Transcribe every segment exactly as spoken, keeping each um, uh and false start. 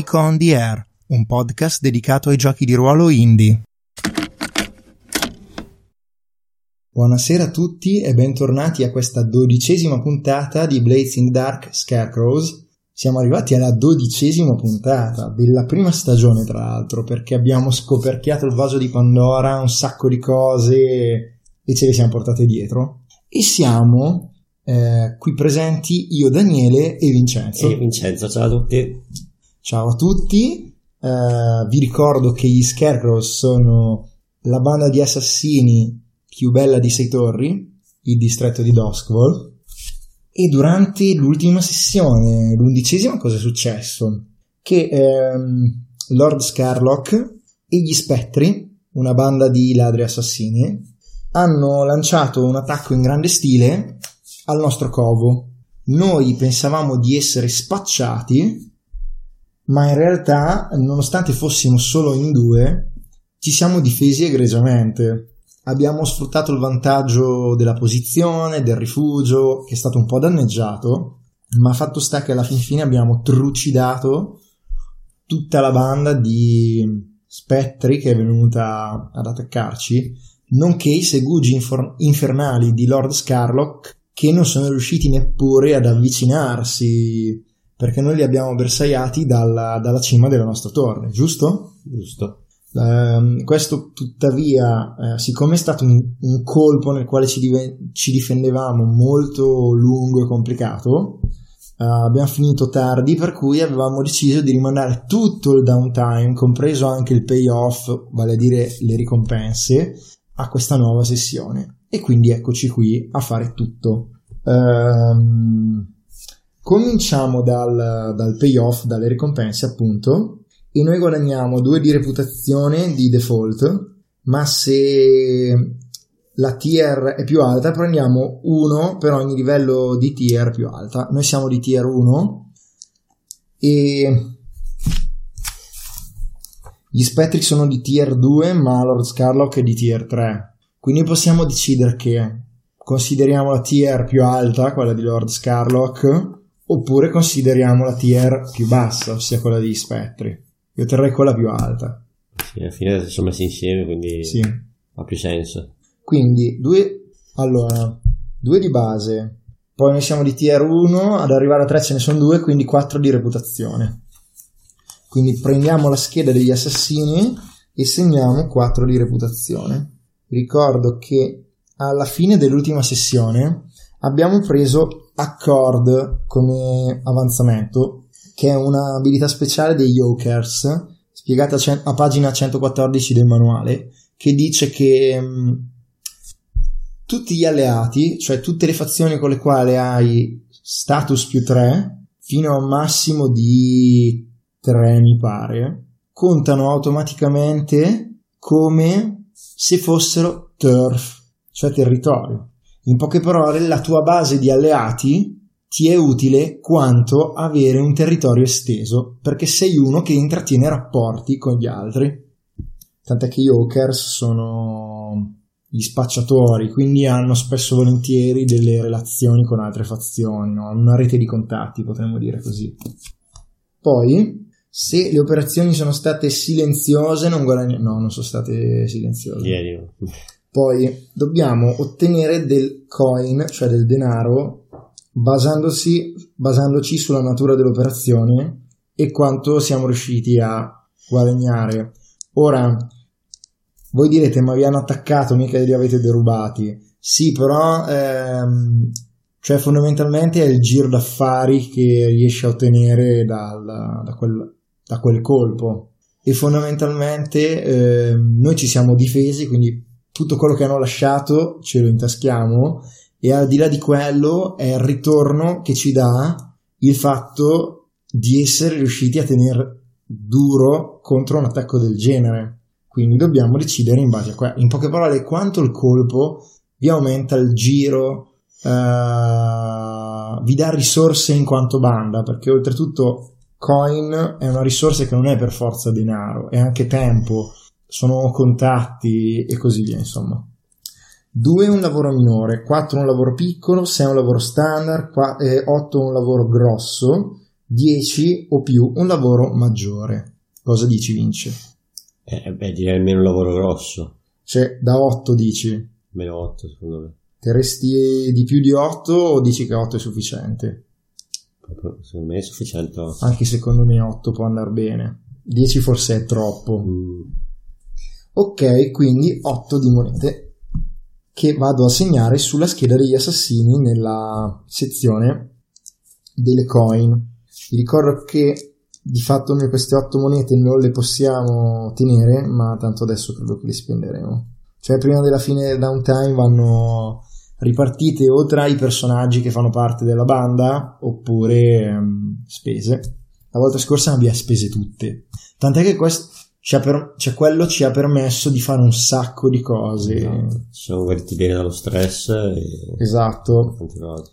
Geek on the Air, un podcast dedicato ai giochi di ruolo indie. Buonasera a tutti e bentornati a questa dodicesima puntata di Blades in the Dark Scarecrows. Siamo arrivati alla dodicesima puntata della prima stagione, tra l'altro, perché abbiamo scoperchiato il vaso di Pandora, un sacco di cose e ce le siamo portate dietro. E siamo eh, qui presenti io, Daniele e Vincenzo. E Vincenzo, ciao a tutti. Ciao a tutti. Uh, vi ricordo che gli Scarecrows sono la banda di assassini più bella di Sei Torri, il distretto di Duskwall. E durante l'ultima sessione, l'undicesima, cosa è successo? Che ehm, Lord Scarlock e gli Spettri, una banda di ladri assassini, hanno lanciato un attacco in grande stile al nostro covo. Noi pensavamo di essere spacciati, ma in realtà, nonostante fossimo solo in due, ci siamo difesi egregiamente. Abbiamo sfruttato il vantaggio della posizione, del rifugio, che è stato un po' danneggiato, ma fatto sta che alla fin fine abbiamo trucidato tutta la banda di spettri che è venuta ad attaccarci, nonché i segugi infor- infernali di Lord Scarlock, che non sono riusciti neppure ad avvicinarsi, perché noi li abbiamo bersagliati dalla, dalla cima della nostra torre, giusto? Giusto. Uh, questo tuttavia, uh, siccome è stato un, un colpo nel quale ci, dive- ci difendevamo molto lungo e complicato, uh, abbiamo finito tardi, per cui avevamo deciso di rimandare tutto il downtime, compreso anche il payoff, vale a dire le ricompense, a questa nuova sessione. E quindi eccoci qui a fare tutto. Uh, cominciamo dal, dal payoff, dalle ricompense appunto. E noi guadagniamo due di reputazione di default, ma se la tier è più alta prendiamo uno per ogni livello di tier più alta. Noi siamo di tier uno e gli spettri sono di tier due, ma Lord Scarlock è di tier tre. Quindi possiamo decidere che consideriamo la tier più alta, quella di Lord Scarlock, oppure consideriamo la tier più bassa, ossia quella degli spettri. Io terrei quella più alta. Sì, alla fine sono messi insieme, quindi sì, ha più senso. Quindi due, allora, due di base, poi noi siamo di tier uno, ad arrivare a tre ce ne sono due, quindi quattro di reputazione. Quindi prendiamo la scheda degli assassini e segniamo quattro di reputazione. Ricordo che alla fine dell'ultima sessione abbiamo preso Accord come avanzamento, che è una abilità speciale dei Jokers, spiegata a pagina centoquattordici del manuale, che dice che mh, tutti gli alleati, cioè tutte le fazioni con le quali hai status più tre, fino a un massimo di tre mi pare, contano automaticamente come se fossero turf, cioè territorio. In poche parole, la tua base di alleati ti è utile quanto avere un territorio esteso, perché sei uno che intrattiene rapporti con gli altri. Tant'è che gli Jokers sono gli spacciatori, quindi hanno spesso volentieri delle relazioni con altre fazioni, no? Una rete di contatti, potremmo dire così. Poi, se le operazioni sono state silenziose, non guadagniamo... No, non sono state silenziose. Yeah, Poi dobbiamo ottenere del coin, cioè del denaro, basandosi, basandoci sulla natura dell'operazione e quanto siamo riusciti a guadagnare. Ora, voi direte, ma vi hanno attaccato, mica li avete derubati. Sì, però, ehm, cioè fondamentalmente è il giro d'affari che riesce a ottenere dal, da, quel, da quel colpo. E fondamentalmente ehm, noi ci siamo difesi, quindi tutto quello che hanno lasciato ce lo intaschiamo, e al di là di quello è il ritorno che ci dà il fatto di essere riusciti a tenere duro contro un attacco del genere. Quindi dobbiamo decidere in base a quello. In poche parole, quanto il colpo vi aumenta il giro, uh, vi dà risorse in quanto banda, perché oltretutto coin è una risorsa che non è per forza denaro, è anche tempo, sono contatti e così via, insomma. due un lavoro minore, quattro un lavoro piccolo, sei un lavoro standard, otto un lavoro grosso, dieci o più un lavoro maggiore. Cosa dici, Vince? Eh, beh, direi almeno un lavoro grosso. Cioè, da otto dici? Meno otto, secondo me. Terresti di più di otto o dici che otto è sufficiente? Secondo me è sufficiente otto. Anche secondo me otto può andare bene. dieci forse è troppo. Mm. Ok, quindi otto di monete che vado a segnare sulla scheda degli assassini nella sezione delle coin. Vi ricordo che di fatto noi queste otto monete non le possiamo tenere, ma tanto adesso credo che le spenderemo. Cioè prima della fine del downtime vanno ripartite o tra i personaggi che fanno parte della banda oppure um, spese. La volta scorsa ne abbiamo spese tutte, tant'è che questo ci ha per, cioè quello ci ha permesso di fare un sacco di cose. Esatto. Ci siamo guariti bene dallo stress e... esatto. Continuato.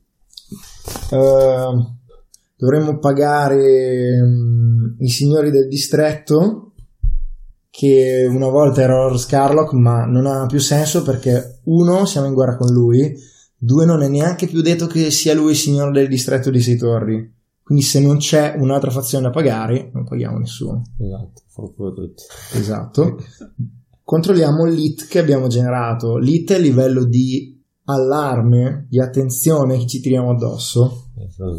Uh, dovremmo pagare um, i signori del distretto, che una volta era Lord Scarlock, ma non ha più senso perché uno, siamo in guerra con lui, due, non è neanche più detto che sia lui il signore del distretto di Sei Torri, quindi se non c'è un'altra fazione da pagare non paghiamo nessuno. Esatto, fanculo tutti. Esatto. Controlliamo l'I T che abbiamo generato. L'I T è il livello di allarme, di attenzione che ci tiriamo addosso.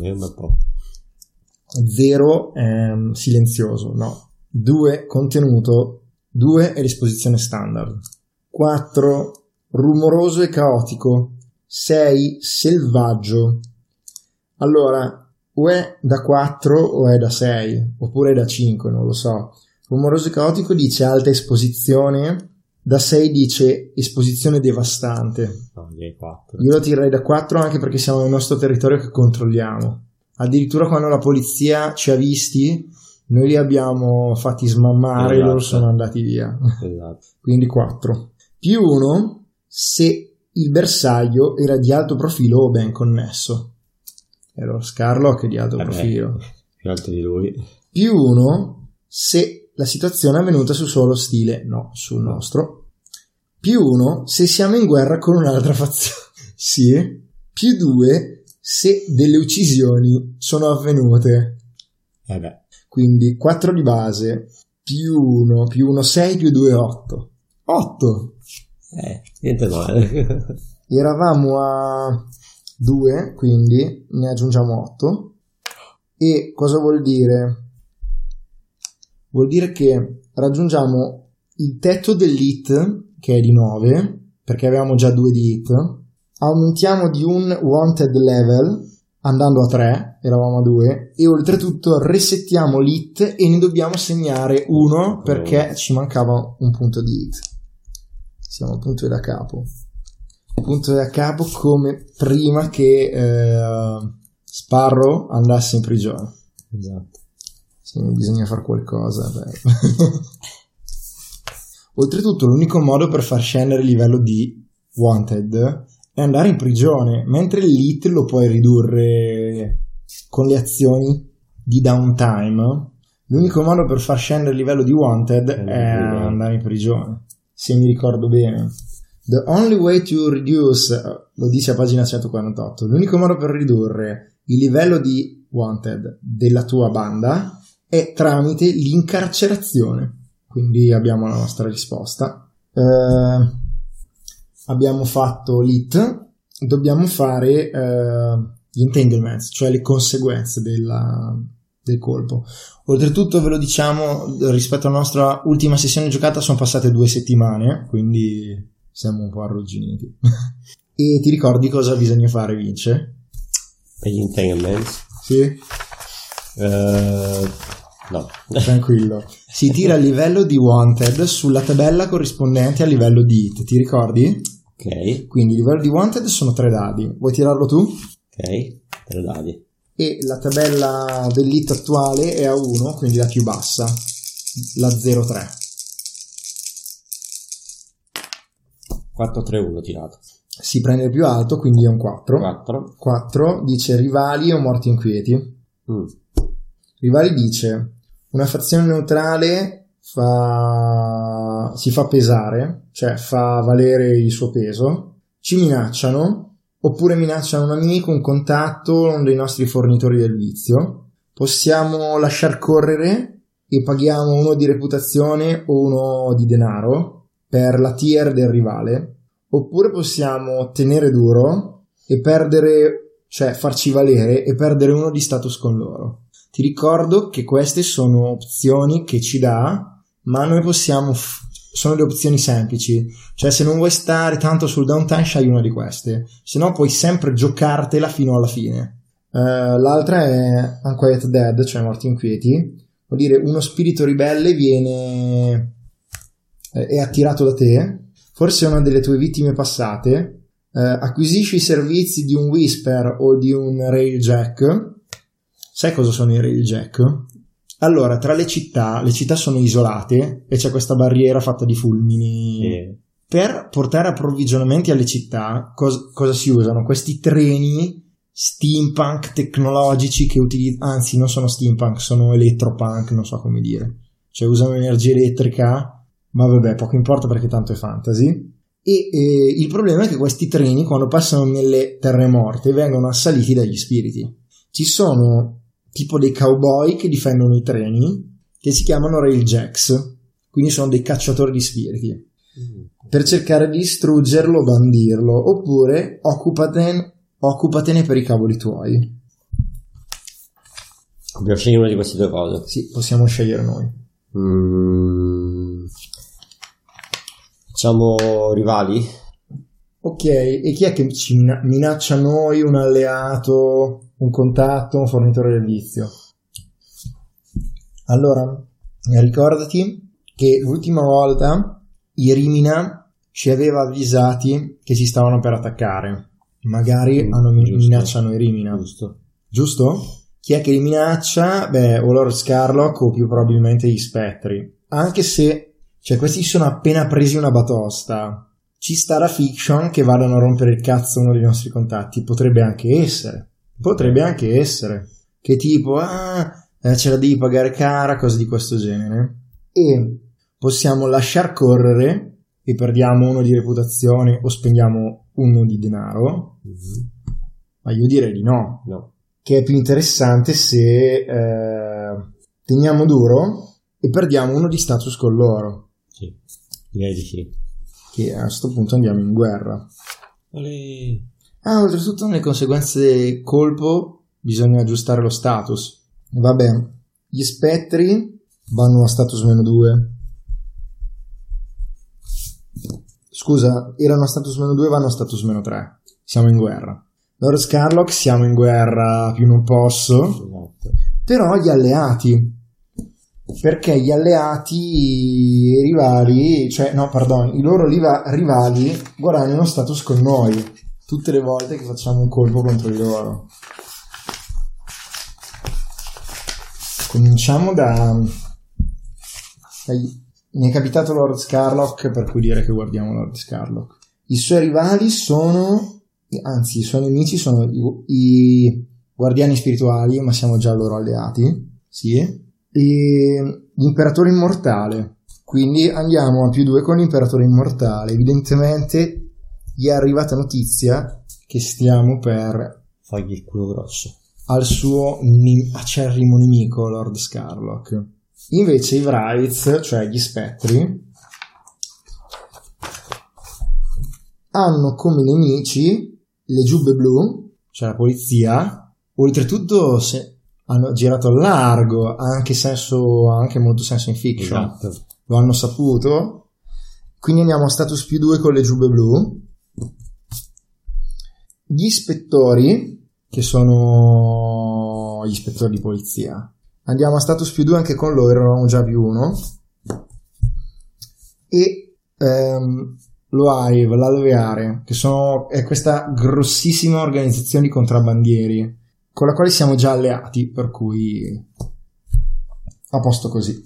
Zero è silenzioso, no. Due, contenuto. Due è l'esposizione standard. Quattro, rumoroso e caotico. Sei, selvaggio. Allora, o è da quattro o è da sei, oppure è da cinque, non lo so. Rumoroso e caotico dice alta esposizione, da sei dice esposizione devastante. No, direi quattro. Io lo tirerei da quattro anche perché siamo nel nostro territorio che controlliamo. Addirittura quando la polizia ci ha visti, noi li abbiamo fatti smammare, esatto. Loro sono andati via. Esatto. Quindi quattro. Più uno se il bersaglio era di alto profilo o ben connesso. E lo Scarlock è di alto Vabbè, profilo. Più alto di lui. Più uno se la situazione è avvenuta sul suolo ostile, no, sul nostro. Più uno se siamo in guerra con un'altra fazione. Sì. Più due se delle uccisioni sono avvenute. Eh beh. Quindi quattro di base, più uno, più uno sei, più due otto. otto. Eh, niente male. Eravamo a due, quindi ne aggiungiamo otto. E cosa vuol dire? Vuol dire che raggiungiamo il tetto dell'I T, che è di nove, perché avevamo già due di I T. Aumentiamo di un wanted level, andando a tre, eravamo a due, e oltretutto resettiamo l'I T e ne dobbiamo segnare uno perché ci mancava un punto di I T. Siamo al punto da capo. Punto da capo come prima che eh, Sparrow andasse in prigione. Esatto. Sì, bisogna fare qualcosa. Oltretutto l'unico modo per far scendere il livello di wanted è andare in prigione, mentre l'I T lo puoi ridurre con le azioni di downtime. L'unico modo per far scendere il livello di wanted è andare in prigione, se mi ricordo bene. The only way to reduce, lo dice a pagina centoquarantotto, l'unico modo per ridurre il livello di wanted della tua banda è tramite l'incarcerazione. Quindi abbiamo la nostra risposta. Eh, abbiamo fatto l'I T, dobbiamo fare eh, gli entanglements, cioè le conseguenze della, del colpo. Oltretutto ve lo diciamo, rispetto alla nostra ultima sessione giocata sono passate due settimane, quindi siamo un po' arrugginiti. E ti ricordi cosa bisogna fare, Vince? Per gli entanglements? Sì. Uh, no. Tranquillo. Si tira il livello di wanted sulla tabella corrispondente al livello di I T, ti ricordi? Ok. Quindi il livello di wanted sono tre dadi. Vuoi tirarlo tu? Ok, tre dadi. E la tabella dell'I T attuale è a uno, quindi la più bassa, la zero tre. quattro tre uno tirato. Si prende il più alto, quindi è un quattro. quattro. quattro dice rivali o morti inquieti. Mm. Rivali dice una fazione neutrale fa... si fa pesare, cioè fa valere il suo peso, ci minacciano, oppure minacciano un amico, un contatto, uno dei nostri fornitori del vizio. possiamo lasciar correre e paghiamo uno di reputazione o uno di denaro per la tier del rivale, oppure possiamo tenere duro e perdere, cioè farci valere e perdere uno di status con loro. Ti ricordo che queste sono opzioni che ci dà, ma noi possiamo f- sono le opzioni semplici, cioè se non vuoi stare tanto sul downtime scegli una di queste, se no puoi sempre giocartela fino alla fine. Uh, l'altra è Unquiet Dead, cioè morti inquieti, vuol dire uno spirito ribelle viene eh, è attirato da te, forse è una delle tue vittime passate, uh, acquisisci i servizi di un Whisper o di un Railjack. Sai cosa sono i Railjack? Allora, tra le città, le città sono isolate e c'è questa barriera fatta di fulmini. Sì. Per portare approvvigionamenti alle città, cos- cosa si usano? Questi treni steampunk tecnologici che utilizzano, anzi non sono steampunk, sono elettropunk, non so come dire. Cioè usano energia elettrica, ma vabbè, poco importa perché tanto è fantasy. E eh, il problema è che questi treni, quando passano nelle terre morte, vengono assaliti dagli spiriti. Ci sono tipo dei cowboy che difendono i treni che si chiamano Railjacks, quindi sono dei cacciatori di spiriti, mm. per cercare di distruggerlo o bandirlo, oppure occupatene, occupatene per i cavoli tuoi. Dobbiamo scegliere una di queste due cose. Sì, possiamo scegliere noi. Mm. Facciamo rivali? Ok, e chi è che ci minaccia noi, un alleato, un contatto, un fornitore del vizio? Allora, ricordati che l'ultima volta Irimina ci aveva avvisati che ci stavano per attaccare. Magari mm, hanno, minacciano Irimina. Giusto. Giusto? Chi è che li minaccia? Beh, o Lord Scarlock o più probabilmente gli spettri. Anche se, cioè, questi sono appena presi una batosta. Ci sta la fiction che vadano a rompere il cazzo uno dei nostri contatti. Potrebbe anche essere. Potrebbe anche essere. Che tipo, ah, eh, ce la devi pagare cara, cose di questo genere. E possiamo lasciar correre e perdiamo uno di reputazione o spendiamo uno di denaro. Mm-hmm. Ma io direi di no. No. Che è più interessante se eh, teniamo duro e perdiamo uno di status con loro. Sì, direi di sì. Che a questo punto andiamo in guerra. Olè. Ah, oltretutto nelle conseguenze del colpo bisogna aggiustare lo status. Vabbè, gli spettri vanno a status meno due. Scusa, erano a status meno due, vanno a status meno tre. Siamo in guerra. Lord Scarlock, siamo in guerra più non posso. Esatto. Però gli alleati, perché gli alleati i rivali, cioè no, pardon, i loro liva- rivali guadagnano status con noi tutte le volte che facciamo un colpo contro di loro. Cominciamo da, dai, mi è capitato Lord Scarlock, per cui dire che guardiamo Lord Scarlock. I suoi rivali sono, anzi i suoi nemici sono i, i guardiani spirituali, ma siamo già loro alleati, sì, e l'imperatore immortale. Quindi andiamo a più due con l'imperatore immortale. Evidentemente gli è arrivata notizia che stiamo per fargli il culo grosso al suo ni- acerrimo nemico Lord Scarlock. Invece i Wraiths, cioè gli spettri, hanno come nemici le giubbe blu, cioè la polizia. Oltretutto se hanno girato a largo, ha anche senso, ha anche molto senso in fiction. Esatto. Lo hanno saputo. Quindi andiamo a status più due con le giubbe blu. Gli ispettori, che sono gli ispettori di polizia, andiamo a status più due anche con loro, eravamo già più uno. E ehm, l'Oive, l'Alveare, che sono è questa grossissima organizzazione di contrabbandieri con la quale siamo già alleati, per cui a posto così.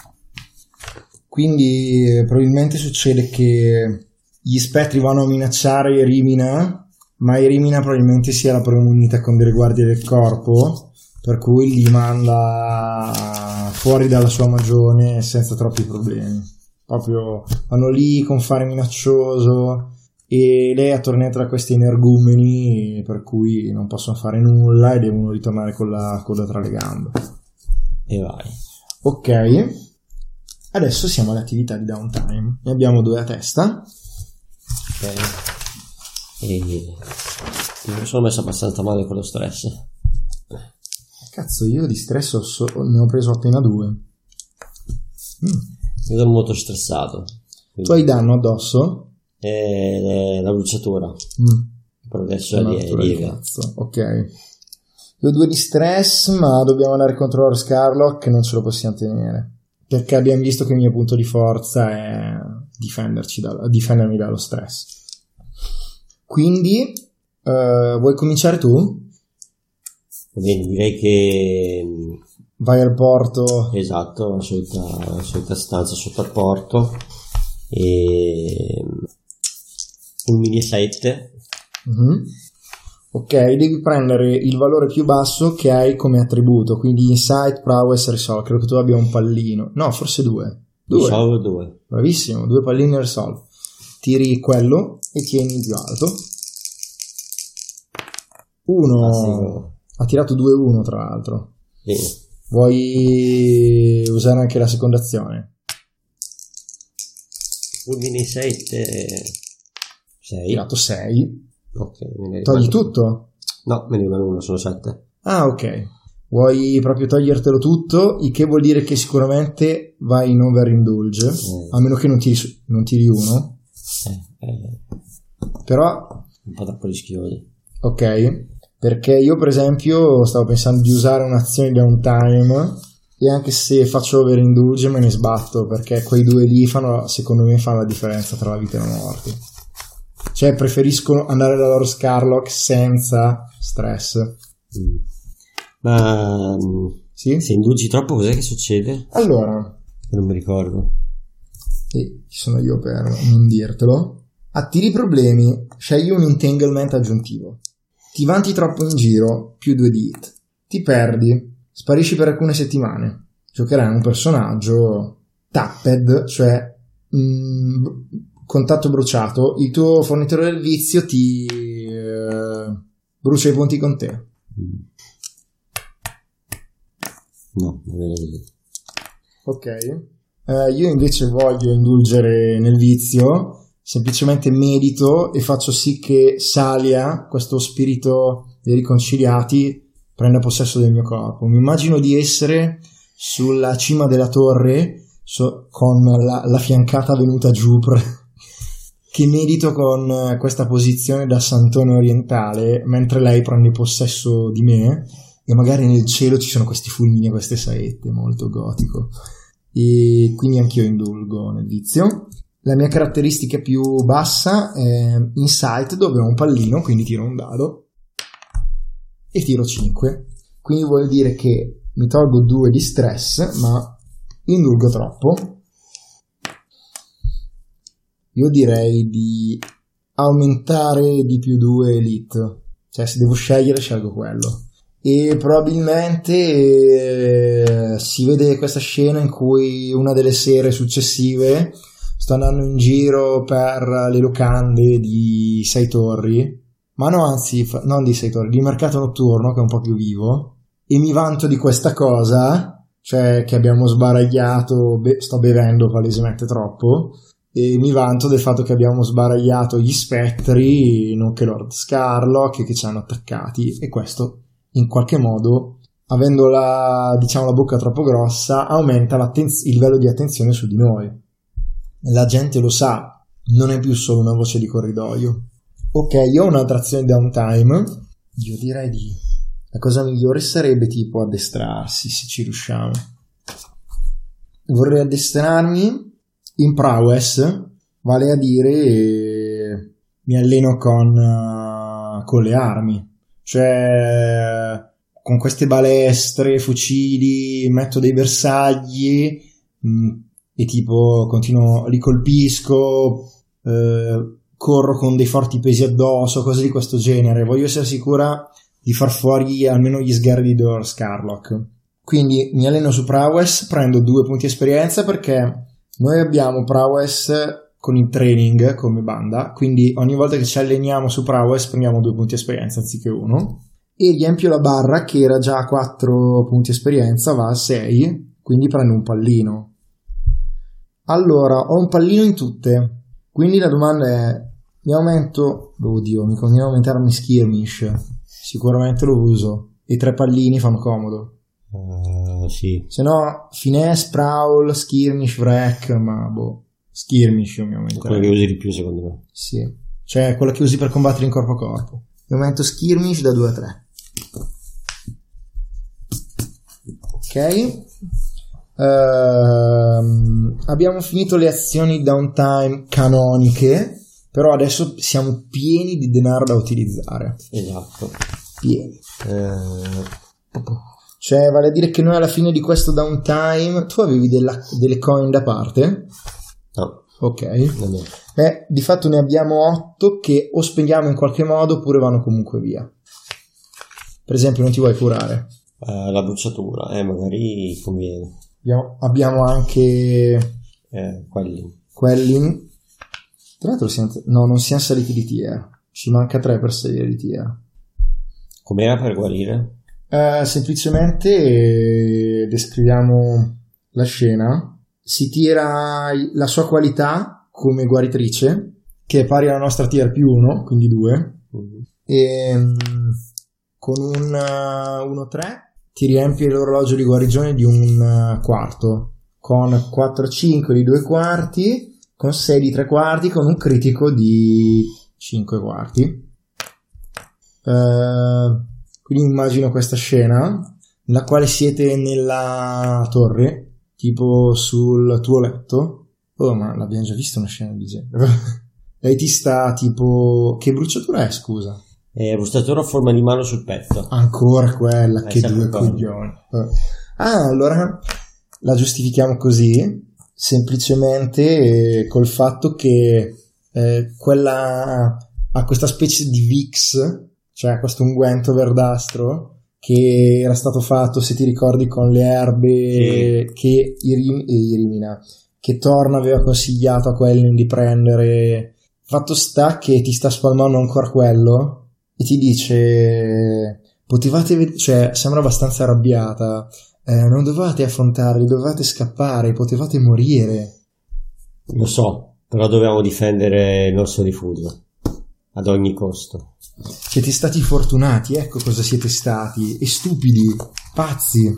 Quindi eh, probabilmente succede che gli spettri vanno a minacciare Irimina, ma Irimina probabilmente sia la premunita con delle guardie del corpo, per cui li manda fuori dalla sua magione senza troppi problemi. Proprio vanno lì con fare minaccioso e lei è attorniata da questi energumeni per cui non possono fare nulla e devono ritornare con la coda tra le gambe. E vai. Ok, adesso siamo alle attività di downtime, ne abbiamo due a testa. Ok. E mi sono messo abbastanza male con lo stress. Cazzo, io di stress ho so- ne ho preso appena due. Mm. Io sono molto stressato. Tu hai danno addosso? E la bruciatura. Mm. Per adesso è Una die- rottura di lieve. cazzo. Ok. Io ho due di stress, ma dobbiamo andare contro Lord Scarlock e non ce lo possiamo tenere. Perché abbiamo visto che il mio punto di forza è difenderci da- difendermi dallo stress. Quindi, eh, vuoi cominciare tu? Va bene, direi che Vai al porto. esatto, la solita, la solita stanza sotto al porto e fulmini sette. Mhm. Ok, devi prendere il valore più basso che hai come attributo, quindi Insight, Prowess, Resolve. Credo che tu abbia un pallino. No, forse due. Due. Risolvo due. Bravissimo, due palline Resolve. Tiri quello e tieni il più alto. Uno. Fantastico. Ha tirato due uno tra l'altro. Bene. Vuoi usare anche la seconda azione? Fulmini sette. Hai sei. tirato sei. Ok, me ne Togli rimane- tutto? No, me ne rimane uno, sono sette. Ah, ok. Vuoi proprio togliertelo tutto, il che vuol dire che sicuramente vai in overindulge, Eh. a meno che non tiri, su- non tiri uno. Eh, eh, Però, un po' troppo rischiosi. ok, perché io per esempio stavo pensando di usare un'azione downtime e anche se faccio overindulge me ne sbatto, perché quei due lì fanno, secondo me fanno la differenza tra la vita e la morte. Cioè preferisco andare da loro Scarlock senza stress. Mm. Ma mm, Sì? se indugi troppo cos'è che succede? Allora, Non mi ricordo. e ci sono io per non dirtelo. Attiri problemi, scegli un entanglement aggiuntivo. Ti vanti troppo in giro, più due di hit. Ti perdi, sparisci per alcune settimane. Giocherai un personaggio tapped, cioè mm, contatto bruciato. Il tuo fornitore del vizio ti eh, brucia i punti con te. Mm. No, non è così. Ok. Eh, io invece voglio indulgere nel vizio, semplicemente medito e faccio sì che Salia, questo spirito dei riconciliati, prenda possesso del mio corpo. Mi immagino di essere sulla cima della torre so, con la, la fiancata venuta giù per- che medito con questa posizione da santone orientale mentre lei prende possesso di me e magari nel cielo ci sono questi fulmini e queste saette, molto gotico. E quindi anch'io indulgo nel vizio. La mia caratteristica più bassa è Insight, dove ho un pallino, quindi tiro un dado e tiro cinque, quindi vuol dire che mi tolgo due di stress, ma indulgo troppo. Io direi di aumentare di più due elite, cioè se devo scegliere scelgo quello. E probabilmente eh, si vede questa scena in cui una delle sere successive sto andando in giro per le locande di Sei Torri, ma no, anzi, fa- non di Sei Torri, di Mercato Notturno, che è un po' più vivo, e mi vanto di questa cosa, cioè che abbiamo sbaragliato, be- sto bevendo palesemente troppo, e mi vanto del fatto che abbiamo sbaragliato gli spettri, nonché Lord Scarlock, che ci hanno attaccati, e questo in qualche modo, avendo la, diciamo, la bocca troppo grossa, aumenta il livello di attenzione su di noi. La gente lo sa, non è più solo una voce di corridoio. Ok, io ho un'altra azione downtime. Io direi di... La cosa migliore sarebbe tipo addestrarsi, se ci riusciamo. Vorrei addestrarmi in prowess, vale a dire eh, mi alleno con, uh, con le armi. Cioè, con queste balestre, fucili, metto dei bersagli mh, e tipo continuo, li colpisco, eh, corro con dei forti pesi addosso, cose di questo genere. Voglio essere sicura di far fuori almeno gli sgherri di Lord Scarlock. Quindi mi alleno su prowess, prendo due punti esperienza perché noi abbiamo prowess con il training come banda, quindi ogni volta che ci alleniamo su Prowess prendiamo due punti esperienza anziché uno, e riempio la barra che era già a quattro punti esperienza, va a sei, quindi prendo un pallino. Allora, ho un pallino in tutte, quindi la domanda è, mi aumento, oddio, mi conviene aumentarmi skirmish, sicuramente lo uso, e tre pallini fanno comodo. Uh, sì. Se no, finesse, prowl, skirmish, wreck, ma boh, skirmish io mi aumenterei. Quello che usi di più secondo me. Sì, cioè quella che usi per combattere in corpo a corpo. Mi aumento skirmish da due a tre. Ok. Uh, abbiamo finito le azioni downtime canoniche, però adesso siamo pieni di denaro da utilizzare. Esatto. Pieni. Uh... Cioè, vale a dire che noi alla fine di questo downtime, tu avevi della, delle coin da parte? No. Ok. Non è. Eh, di fatto ne abbiamo otto che o spendiamo in qualche modo oppure vanno comunque via. Per esempio, non ti vuoi curare? Uh, la bruciatura, eh, magari conviene. Abbiamo, abbiamo anche Eh, quelli. quelli. Tra l'altro, siamo, no, non siamo saliti di tier. Ci manca tre per salire di tier. Com'era per guarire? Uh, semplicemente eh, descriviamo la scena. Si tira la sua qualità come guaritrice, che è pari alla nostra tier più uno, quindi due, mm-hmm. e um, con un uh, uno tre ti riempie l'orologio di guarigione di un uh, quarto, con quattro cinque di due quarti, con sei di tre quarti, con un critico di cinque quarti. Uh, quindi immagino questa scena nella quale siete nella torre, tipo sul tuo letto. Oh, ma l'abbiamo già visto una scena di genere. E ti sta tipo, che bruciatura è, scusa? È bruciatura a forma di mano sul petto. Ancora quella, eh, che due coglioni. Ah, allora la giustifichiamo così, semplicemente eh, col fatto che eh, quella ha questa specie di Vicks, cioè questo unguento verdastro che era stato fatto, se ti ricordi, con le erbe, sì, che Irim- e Irimina, che Thorn aveva consigliato a Quelling di prendere. Fatto sta che ti sta spalmando ancora quello e ti dice, potevate ved- cioè sembra abbastanza arrabbiata, eh, non dovevate affrontarli, dovevate scappare, potevate morire. Lo so, però dovevamo difendere il nostro rifugio ad ogni costo. Siete stati fortunati, ecco cosa siete stati, e stupidi, pazzi.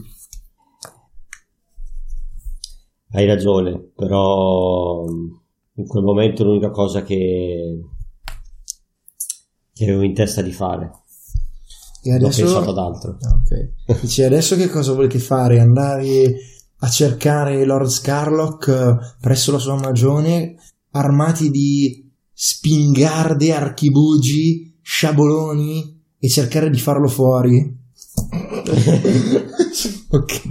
Hai ragione, però in quel momento l'unica cosa che, che avevo in testa di fare. E adesso... L'ho pensato ad altro. Ah, ok. Dice, adesso che cosa volete fare? Andare a cercare Lord Scarlock presso la sua magione, armati di spingarde, archibugi, sciaboloni, e cercare di farlo fuori? Ok.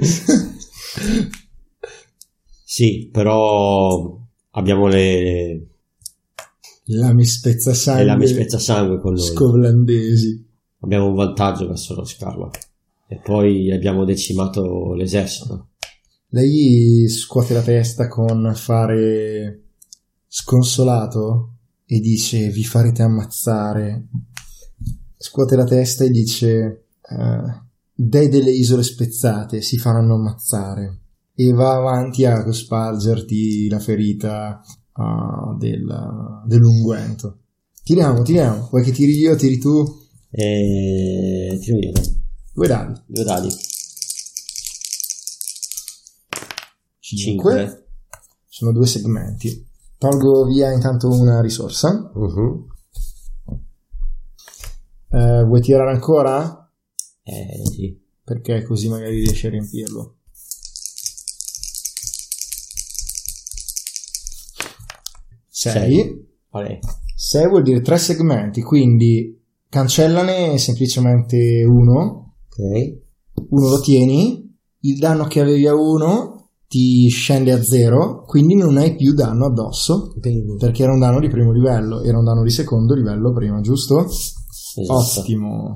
Sì, però abbiamo le lame spezzasangue, le lame spezzasangue con noi, scovlandesi. Abbiamo un vantaggio verso lo Scarlock e poi abbiamo decimato l'esercito. Lei scuote la testa con fare sconsolato e dice, vi farete ammazzare. Scuote la testa e dice, uh, dei delle isole spezzate si faranno ammazzare, e va avanti a spargerti la ferita uh, del, dell'unguento. Tiriamo, tiriamo. Vuoi che tiri io, tiri tu? E... tiro io. Due dadi. Due dadi. Cinque. Sono due segmenti. Tolgo via intanto una risorsa. Uh-huh. Uh, vuoi tirare ancora? Eh sì. Perché così magari riesci a riempirlo. sei. Vale. sei vuol dire tre segmenti, quindi cancellane semplicemente uno. Ok. Uno lo tieni, il danno che avevi a uno ti scende a zero, quindi non hai più danno addosso. Bene. Perché era un danno di primo livello, era un danno di secondo livello prima, giusto? Esatto. Ottimo.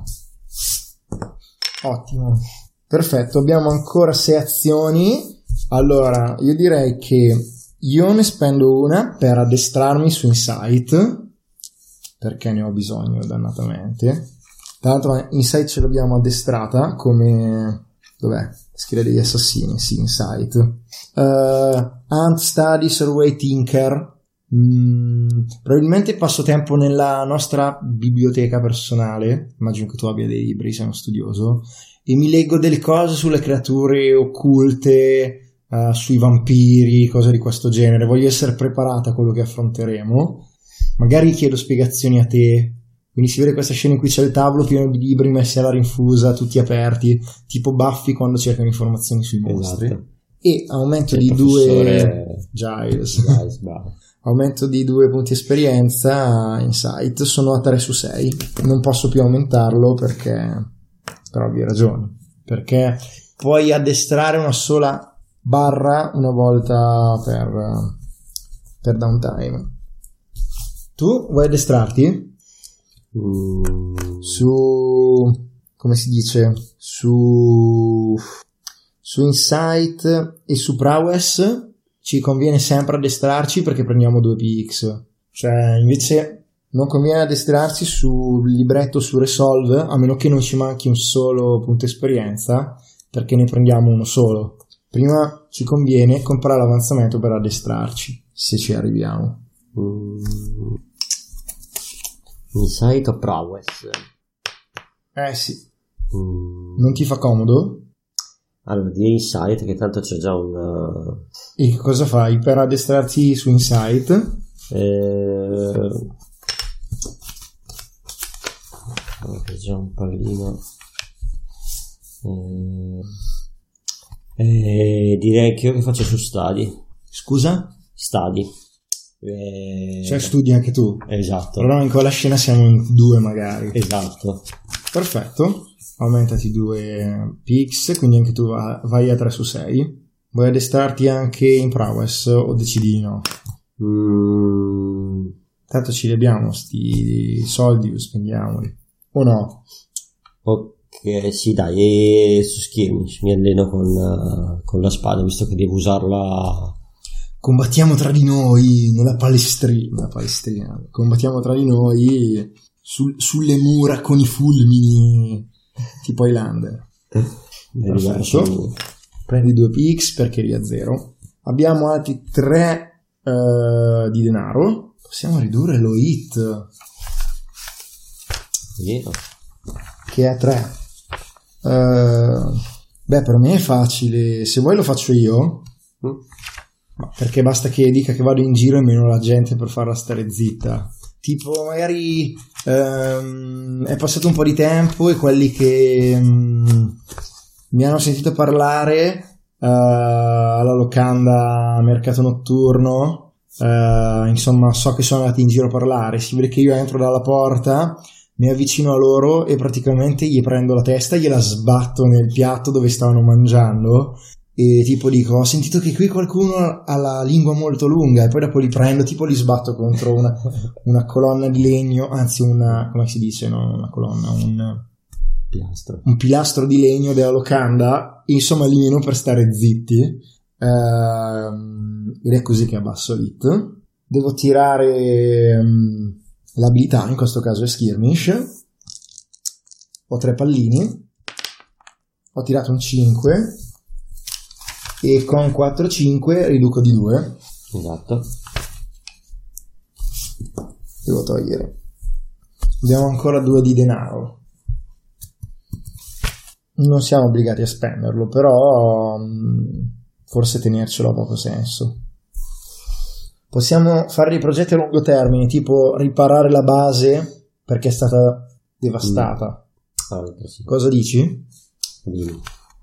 Ottimo. Perfetto, abbiamo ancora sei azioni. Allora, io direi che io ne spendo una per addestrarmi su Insight, perché ne ho bisogno dannatamente. Tra l'altro Insight ce l'abbiamo addestrata come... dov'è? Scheda degli assassini, sì, Insight. Uh, Ant Study Survey Tinker. Mm, probabilmente passo tempo nella nostra biblioteca personale, immagino che tu abbia dei libri, sei uno studioso, e mi leggo delle cose sulle creature occulte, uh, sui vampiri, cose di questo genere. Voglio essere preparata a quello che affronteremo. Magari chiedo spiegazioni a te. Quindi si vede questa scena in cui c'è il tavolo pieno di libri messi alla rinfusa, tutti aperti, tipo Buffy quando cercano informazioni sui mostri. Esatto. E aumento di due Giles. Giles aumento di due punti esperienza Insight, sono a tre su sei. Non posso più aumentarlo perché, per ovvie ragioni, perché puoi addestrare una sola barra una volta per, per downtime. Tu vuoi addestrarti? Mm. Su, come si dice, su su Insight e su Prowess ci conviene sempre addestrarci perché prendiamo due P X. Cioè invece non conviene addestrarsi sul libretto, su Resolve, a meno che non ci manchi un solo punto esperienza, perché ne prendiamo uno solo. Prima ci conviene comprare l'avanzamento per addestrarci, se ci arriviamo. mm. Insight o Prowess? Eh sì. Mm. Non ti fa comodo? Allora, di Insight, che tanto c'è già un... E cosa fai per addestrarti su Insight? Eh... C'è già un pallino. Eh... Eh, direi che io che faccio su Study. Scusa? Study. Eh... Cioè studi anche tu? Esatto. Però in quella scena siamo in due magari. Esatto. Perfetto. Aumentati due P X, quindi anche tu vai a tre su sei. Vuoi addestrarti anche in Prowess o decidi di no? Mm. Tanto ci li abbiamo sti soldi, spendiamoli. O no? Ok, sì dai, e su Skirmish mi alleno con, uh, con la spada, visto che devo usarla. Combattiamo tra di noi nella palestrina, nella palestrina. Combattiamo tra di noi sul, sulle mura con i fulmini, tipo Highlander. Perfetto. Prendi due P X perché eri a zero. Abbiamo altri tre uh, di denaro. Possiamo ridurre lo hit, Vero. che è a tre. Uh, beh, per me è facile. Se vuoi lo faccio io. Mm. Perché basta che dica che vado in giro e meno la gente per farla stare zitta. Tipo magari um, è passato un po' di tempo e quelli che um, mi hanno sentito parlare uh, alla locanda mercato notturno, uh, insomma so che sono andati in giro a parlare. Si vede che io entro dalla porta, mi avvicino a loro e praticamente gli prendo la testa, gliela sbatto nel piatto dove stavano mangiando e tipo dico: ho sentito che qui qualcuno ha la lingua molto lunga, e poi dopo li prendo, tipo li sbatto contro una, una colonna di legno, anzi una, come si dice, no, una colonna, un pilastro, un pilastro di legno della locanda, insomma li meno per stare zitti, ehm, ed è così che abbasso l'hit. Devo tirare um, l'abilità, in questo caso è Skirmish. Ho tre pallini, ho tirato un cinque e con quattro cinque riduco di due. Esatto. Devo togliere. Abbiamo ancora due di denaro. Non siamo obbligati a spenderlo, però mh, forse tenercelo ha poco senso. Possiamo fare dei progetti a lungo termine, tipo riparare la base perché è stata devastata. Mm. Ah, sì. Cosa dici? Dimmi.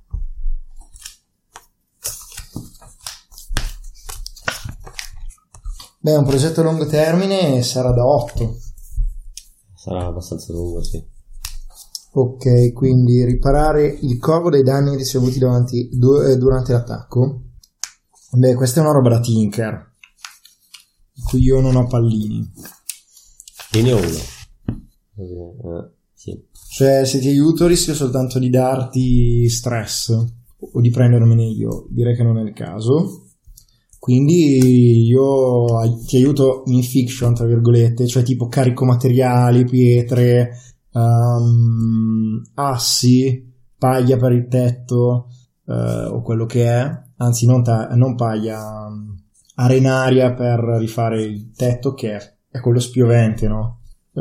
Beh, un progetto a lungo termine sarà da otto. Sarà abbastanza lungo, sì. Ok, quindi riparare il covo dai danni ricevuti davanti, du- eh, durante l'attacco. Beh, questa è una roba da Tinker, qui io non ho pallini. Io ne ho uno. Eh, sì. Cioè, se ti aiuto rischio soltanto di darti stress o di prendermene io. Direi che non è il caso. Quindi io ti aiuto in fiction, tra virgolette, cioè tipo carico materiali, pietre, um, assi, paglia per il tetto, uh, o quello che è, anzi non, ta- non paglia, um, arenaria per rifare il tetto, che è, è quello spiovente, no?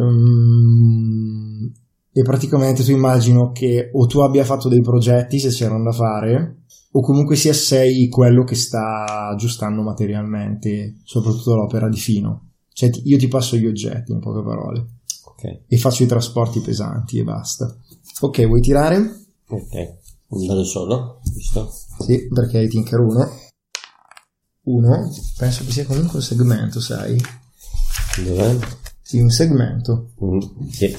Um, e praticamente tu immagino che o tu abbia fatto dei progetti, se c'erano da fare, o comunque sia sei quello che sta aggiustando materialmente soprattutto l'opera di fino, cioè ti, io ti passo gli oggetti, in poche parole, ok, e faccio i trasporti pesanti e basta. Ok, vuoi tirare? ok, un dado solo, giusto? Sì, perché hai Tinker uno uno, penso che sia comunque un segmento, sai? Dov'è? Sì, un segmento. Mm, sì.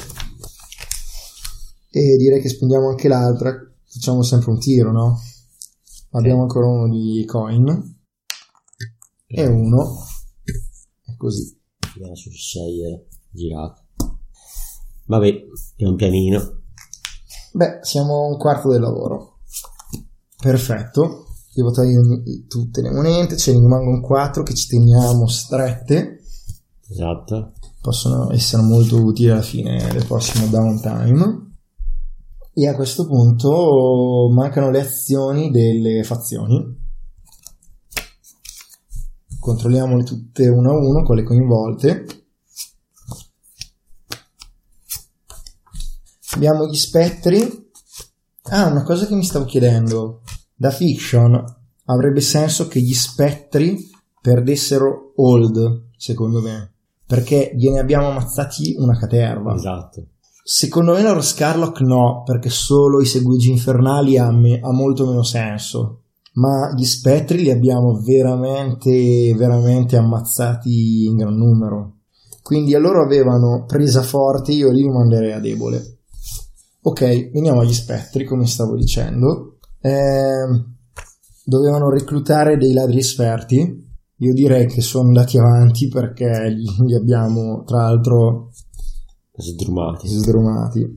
E direi che spendiamo anche l'altra, facciamo sempre un tiro, no? Abbiamo ancora uno di coin e uno, e così. Andiamo sul sei girato. Vabbè, pian pianino. Beh, siamo a un quarto del lavoro. Perfetto. Devo togliere tutte le monete, ce ne rimangono quattro che ci teniamo strette. Esatto. Possono essere molto utili alla fine del prossimo downtime. E a questo punto mancano le azioni delle fazioni. Controlliamole tutte una a uno, quelle coinvolte. Abbiamo gli spettri. Ah, una cosa che mi stavo chiedendo. Da fiction avrebbe senso che gli spettri perdessero hold, secondo me, perché gliene abbiamo ammazzati una caterva. Esatto. Secondo me Lord Scarlock no, perché solo i segugi infernali ha, me- ha molto meno senso, ma gli spettri li abbiamo veramente veramente ammazzati in gran numero, quindi a loro avevano presa forte, io li manderei a debole. Ok, veniamo agli spettri, come stavo dicendo. Eh, dovevano reclutare dei ladri esperti. Io direi che sono andati avanti, perché li abbiamo tra l'altro Sdrumati. sdrumati.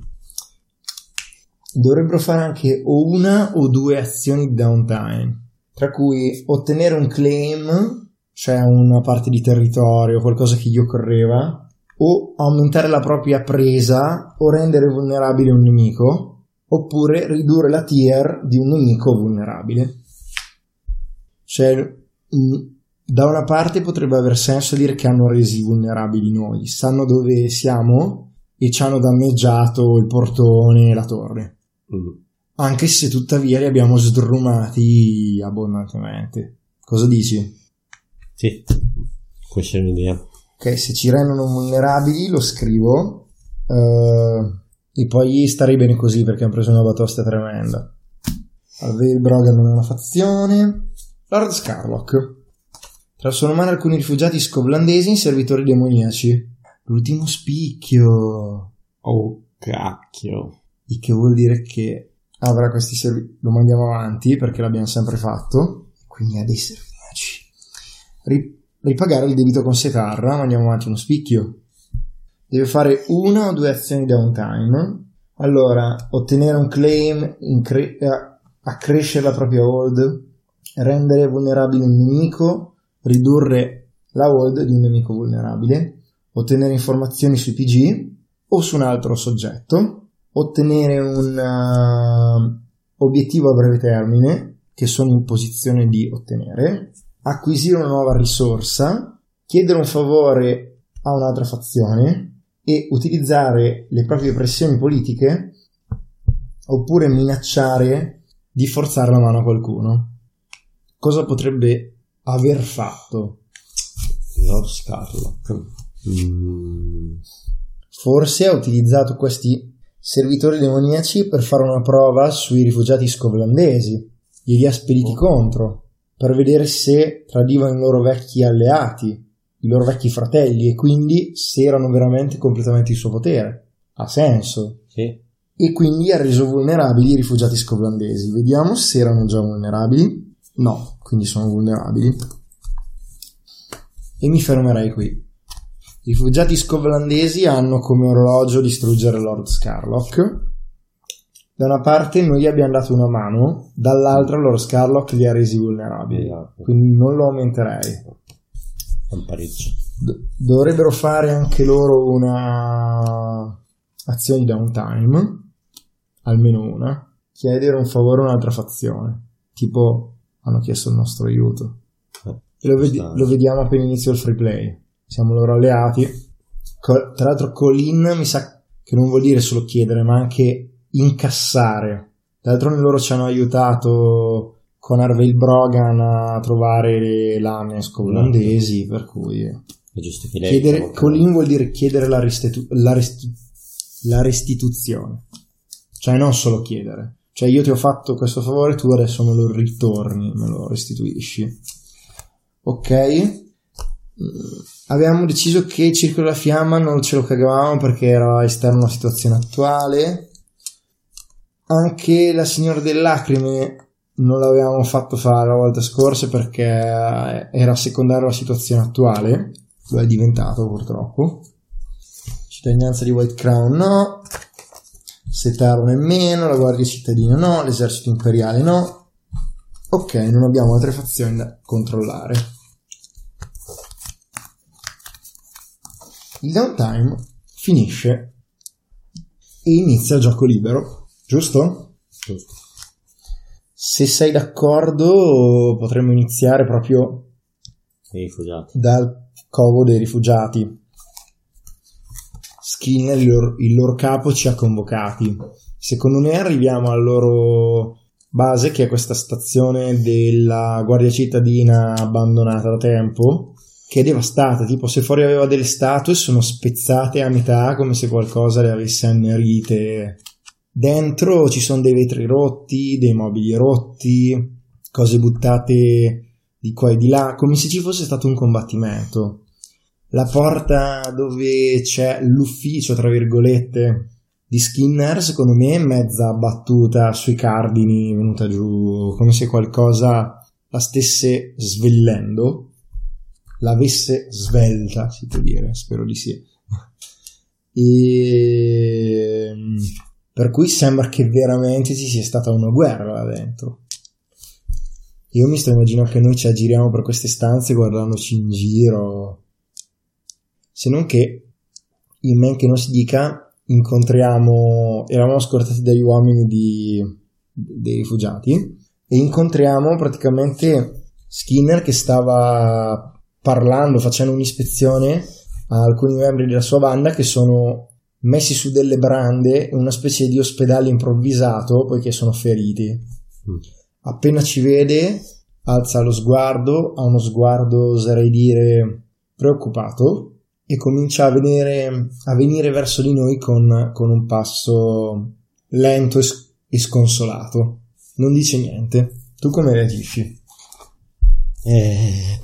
Dovrebbero fare anche o una o due azioni di downtime, tra cui ottenere un claim, cioè una parte di territorio, qualcosa che gli occorreva, o aumentare la propria presa, o rendere vulnerabile un nemico, oppure ridurre la tier di un nemico vulnerabile. Cioè, da una parte potrebbe aver senso dire che hanno resi vulnerabili noi, sanno dove siamo e ci hanno danneggiato il portone e la torre, mm. anche se tuttavia li abbiamo sdrumati abbondantemente. Cosa dici? Sì, questa è un'idea. Ok, se ci rendono vulnerabili lo scrivo, uh, e poi starei bene così, perché hanno preso una batosta tremenda. Alve Brogan non è una fazione. Lord Scarlock. Trasformare alcuni rifugiati scovlandesi in servitori demoniaci. L'ultimo spicchio. Oh cacchio. Il che vuol dire che avrà questi servitori. Lo mandiamo avanti perché l'abbiamo sempre fatto, quindi ha dei servitori. Rip- ripagare il debito con Setarra. Mandiamo avanti uno spicchio. Deve fare una o due azioni downtime. Allora, ottenere un claim, incre- accrescere la propria hold, rendere vulnerabile un nemico, ridurre la hold di un nemico vulnerabile, ottenere informazioni sui P G o su un altro soggetto, ottenere un uh, obiettivo a breve termine che sono in posizione di ottenere, acquisire una nuova risorsa, chiedere un favore a un'altra fazione e utilizzare le proprie pressioni politiche, oppure minacciare di forzare la mano a qualcuno. Cosa potrebbe aver fatto Lord Scarlock? Mm. Forse ha utilizzato questi servitori demoniaci per fare una prova sui rifugiati scovlandesi. Glieli ha spediti oh. contro, per vedere se tradivano i loro vecchi alleati, i loro vecchi fratelli, e quindi se erano veramente completamente in suo potere. Ha senso. Sì. E quindi ha reso vulnerabili i rifugiati scovlandesi. Vediamo se erano già vulnerabili. No, quindi sono vulnerabili. E mi fermerei qui. I rifugiati scovlandesi hanno come orologio distruggere Lord Scarlock. da una parte noi abbiamo dato una mano, dall'altra loro Scarlock li ha resi vulnerabili, Esatto. quindi non lo aumenterei. Un pareggio. D- dovrebbero fare anche loro una azione di downtime, almeno una, chiedere un favore a un'altra fazione, tipo hanno chiesto il nostro aiuto. Eh, E lo, vedi- sta- lo vediamo appena inizio il free play. Siamo loro alleati. Co- tra l'altro Colin mi sa che non vuol dire solo chiedere, ma anche incassare. D'altronde loro ci hanno aiutato con Arvel Brogan a trovare le lame scolandesi, per cui È giusto che lei... chiedere, diciamo che- Colin vuol dire chiedere la, restitu- la, resti- la restituzione, cioè non solo chiedere, cioè io ti ho fatto questo favore, tu adesso me lo ritorni, me lo restituisci. Ok. Mm, avevamo deciso che il Circolo della Fiamma non ce lo cagavamo perché era esterno alla situazione attuale. Anche la Signora delle Lacrime non l'avevamo fatto fare la volta scorsa perché era secondario alla situazione attuale, lo è diventato purtroppo. Cittadinanza di White Crown no, Setaro nemmeno, la Guardia Cittadina no, l'esercito imperiale no. Ok, non abbiamo altre fazioni da controllare. Il downtime finisce e inizia il gioco libero, giusto? Giusto. Se sei d'accordo potremmo iniziare proprio I rifugiati. dal covo dei rifugiati. Skinner, il loro, il loro capo, ci ha convocati. Secondo me arriviamo alla loro base, che è questa stazione della Guardia Cittadina abbandonata da tempo, che è devastata, tipo se fuori aveva delle statue sono spezzate a metà come se qualcosa le avesse annerite. Dentro ci sono dei vetri rotti, dei mobili rotti, cose buttate di qua e di là, come se ci fosse stato un combattimento. La porta dove c'è l'ufficio, tra virgolette, di Skinner, secondo me è mezza battuta sui cardini, venuta giù, come se qualcosa la stesse svellendo, l'avesse svelta, si può dire, spero di sì. E... per cui sembra che veramente ci sia stata una guerra là dentro. Io mi sto immaginando che noi ci aggiriamo per queste stanze guardandoci in giro, se non che, in men che non si dica, incontriamo, eravamo scortati dagli uomini di, dei rifugiati e incontriamo praticamente Skinner che stava parlando, facendo un'ispezione a alcuni membri della sua banda che sono messi su delle brande, una specie di ospedale improvvisato poiché sono feriti. Mm. Appena ci vede alza lo sguardo, ha uno sguardo oserei dire preoccupato e comincia a venire, a venire verso di noi con, con un passo lento e, e sconsolato. Non dice niente. Tu come reagisci? Eh...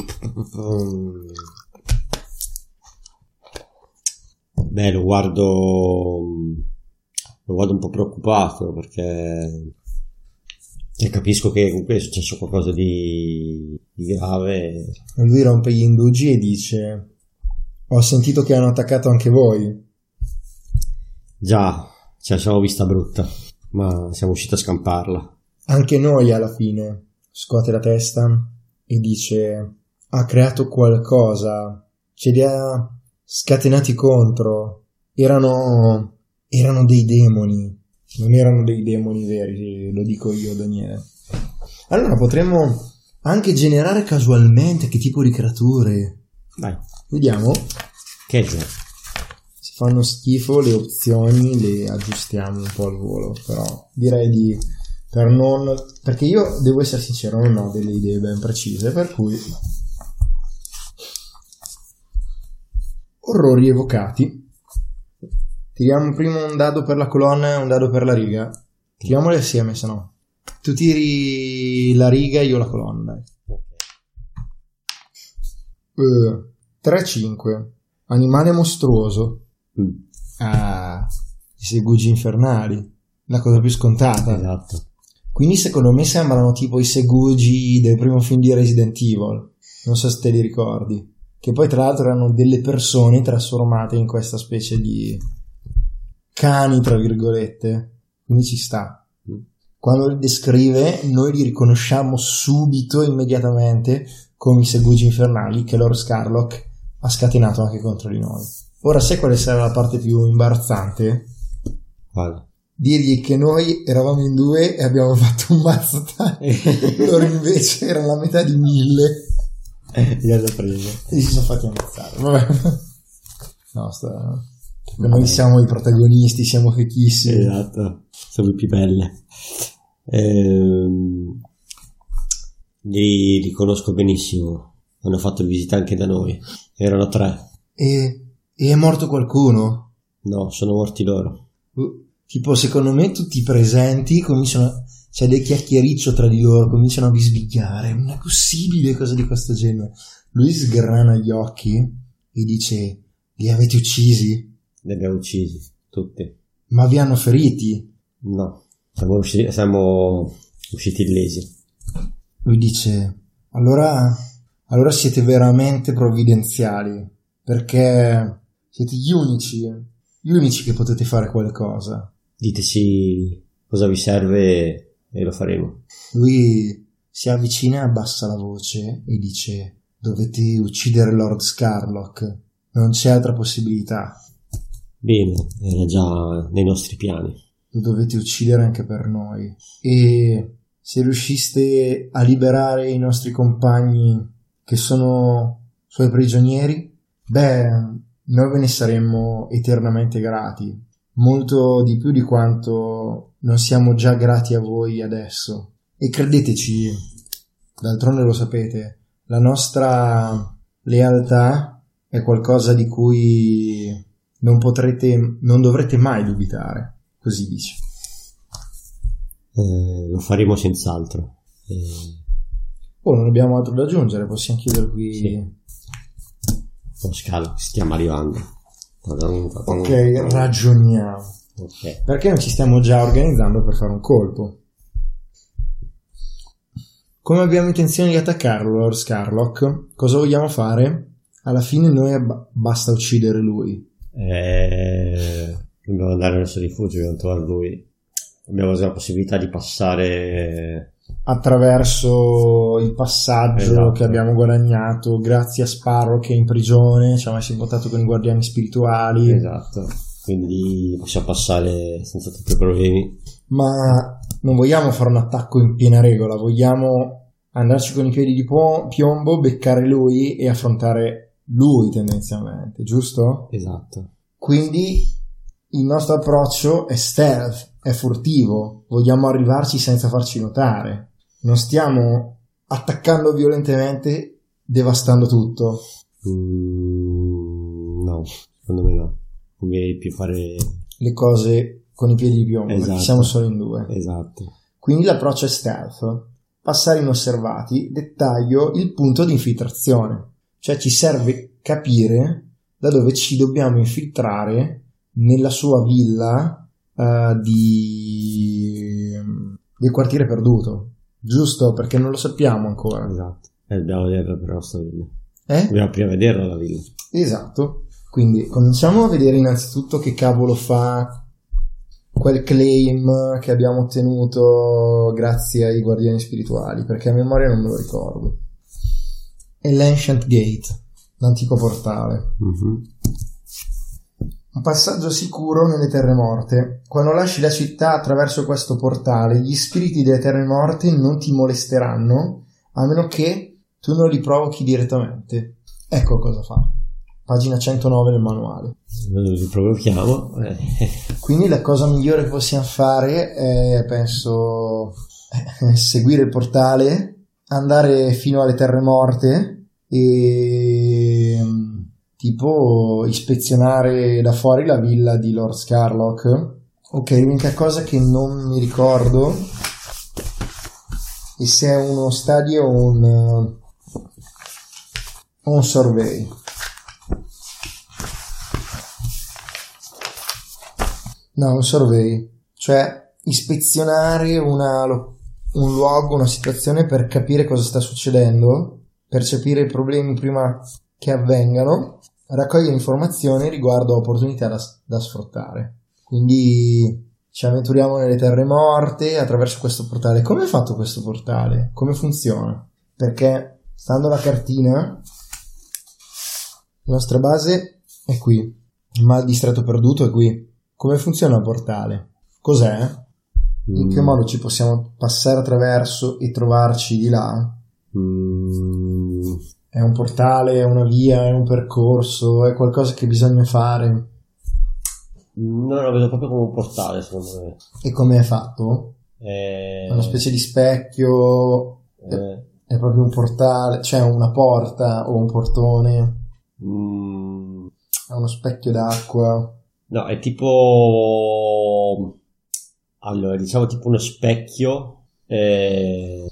Beh, lo guardo lo guardo un po' preoccupato perché e capisco che comunque è successo qualcosa di, di grave. Lui rompe gli indugi e dice: ho sentito che hanno attaccato anche voi. Già, ce la siamo vista brutta, ma siamo riusciti a scamparla. Anche noi alla fine. Scuote la testa e dice: ha creato qualcosa, ce li ha scatenati contro. Erano erano dei demoni, non erano dei demoni veri, lo dico io, Daniele. Allora potremmo anche generare casualmente che tipo di creature. Dai, vediamo. Che gioco. Se fanno schifo le opzioni le aggiustiamo un po' al volo, però direi di per non, perché io devo essere sincero, non ho delle idee ben precise, per cui orrori evocati. Tiriamo prima un dado per la colonna e un dado per la riga. Tiriamoli assieme, se no. Tu tiri la riga e io la colonna, dai. Uh, tre cinque. Animale mostruoso. Mm. Ah, i segugi infernali. La cosa più scontata. Esatto. Quindi secondo me sembrano tipo i segugi del primo film di Resident Evil. Non so se te li ricordi. Che poi tra l'altro erano delle persone trasformate in questa specie di cani, tra virgolette. Quindi ci sta. quando li descrive noi li riconosciamo subito, immediatamente, come i segugi infernali che Lord Scarlock ha scatenato anche contro di noi. Ora sai quale sarà la parte più imbarazzante? Quale? Dirgli che noi eravamo in due e abbiamo fatto un mazzo tale, loro invece erano la metà di mille. Li hanno preso. E si sono fatti ammazzare. Vabbè. No, sta... noi siamo i protagonisti, siamo fechissimi. Esatto, siamo i più belle. Ehm, li, li conosco benissimo, hanno fatto visita anche da noi, erano tre. E, e è morto qualcuno? No, sono morti loro. Uh, tipo, secondo me tutti i presenti cominciano, c'è del chiacchiericcio tra di loro, cominciano a bisbigliare. Non è possibile cose di questo genere. Lui sgrana gli occhi e dice: li avete uccisi? Li abbiamo uccisi, tutti. Ma vi hanno feriti? No, siamo usciti, siamo usciti illesi. Lui dice: allora, allora siete veramente provvidenziali, perché siete gli unici, gli unici che potete fare qualcosa. Diteci cosa vi serve e lo faremo. Lui si avvicina e abbassa la voce e dice: dovete uccidere Lord Scarlock, non c'è altra possibilità. Bene, era già nei nostri piani. Lo dovete uccidere anche per noi. E se riusciste a liberare i nostri compagni che sono suoi prigionieri, beh, noi ve ne saremmo eternamente grati. Molto di più di quanto non siamo già grati a voi adesso. E credeteci, d'altronde lo sapete, la nostra lealtà è qualcosa di cui non potrete, non dovrete mai dubitare. Così dice. Eh, lo faremo senz'altro. Eh... Oh, non abbiamo altro da aggiungere, possiamo chiudere qui. Sì. Lo scalo, stiamo arrivando. Ok, ragioniamo. Okay. Perché non ci stiamo già organizzando per fare un colpo? Come abbiamo intenzione di attaccarlo, Lord Scarlock? Cosa vogliamo fare? Alla fine noi ab- basta uccidere lui. Eh, dobbiamo andare nel suo rifugio, dobbiamo trovare lui. Abbiamo la possibilità di passare attraverso il passaggio, esatto, che abbiamo guadagnato grazie a Sparrow che è in prigione, ci ha messo in contatto con i guardiani spirituali. Esatto, quindi possiamo passare senza troppi problemi. Ma non vogliamo fare un attacco in piena regola, vogliamo andarci con i piedi di piombo, beccare lui e affrontare lui tendenzialmente, giusto? Esatto. Quindi il nostro approccio è stealth, è furtivo, vogliamo arrivarci senza farci notare, non stiamo attaccando violentemente, devastando tutto. Mm, no, secondo me no, conviene più fare le cose con i piedi di piombo, esatto, perché siamo solo in due. Esatto. Quindi l'approccio è stealth, passare inosservati, dettaglio, il punto di infiltrazione, cioè ci serve capire da dove ci dobbiamo infiltrare nella sua villa uh, di del quartiere perduto, giusto? Perché non lo sappiamo ancora. Esatto, eh, dobbiamo vederla per la nostra villa. Eh? Dobbiamo prima vederla la villa. Esatto. Quindi cominciamo a vedere innanzitutto che cavolo fa quel claim che abbiamo ottenuto grazie ai guardiani spirituali, perché a memoria non me lo ricordo. È l'Ancient Gate, l'antico portale. Mm-hmm. Un passaggio sicuro nelle terre morte. Quando lasci la città attraverso questo portale, gli spiriti delle terre morte non ti molesteranno a meno che tu non li provochi direttamente. Ecco cosa fa. Pagina centonove del manuale. Li provochiamo. Eh. Quindi la cosa migliore che possiamo fare è, penso, seguire il portale, andare fino alle terre morte e tipo ispezionare da fuori la villa di Lord Scarlock. Ok, l'unica cosa che non mi ricordo è se è uno stadio o un, o un survey. No, un survey, cioè ispezionare una, un luogo, una situazione per capire cosa sta succedendo, percepire i problemi prima che avvengano, raccogliere informazioni riguardo a opportunità da, da sfruttare. Quindi ci avventuriamo nelle terre morte attraverso questo portale. Come è fatto questo portale? Come funziona? Perché stando alla cartina, la nostra base è qui, ma il distretto perduto è qui. Come funziona il portale? Cos'è? In che modo ci possiamo passare attraverso e trovarci di là? Mm. È un portale, è una via, è un percorso, è qualcosa che bisogna fare? No, lo vedo proprio come un portale, secondo me. E come è fatto? È È una specie di specchio, Eh. è proprio un portale, cioè una porta o un portone, Mm. è uno specchio d'acqua. No, è tipo... Allora, diciamo tipo uno specchio. Eh...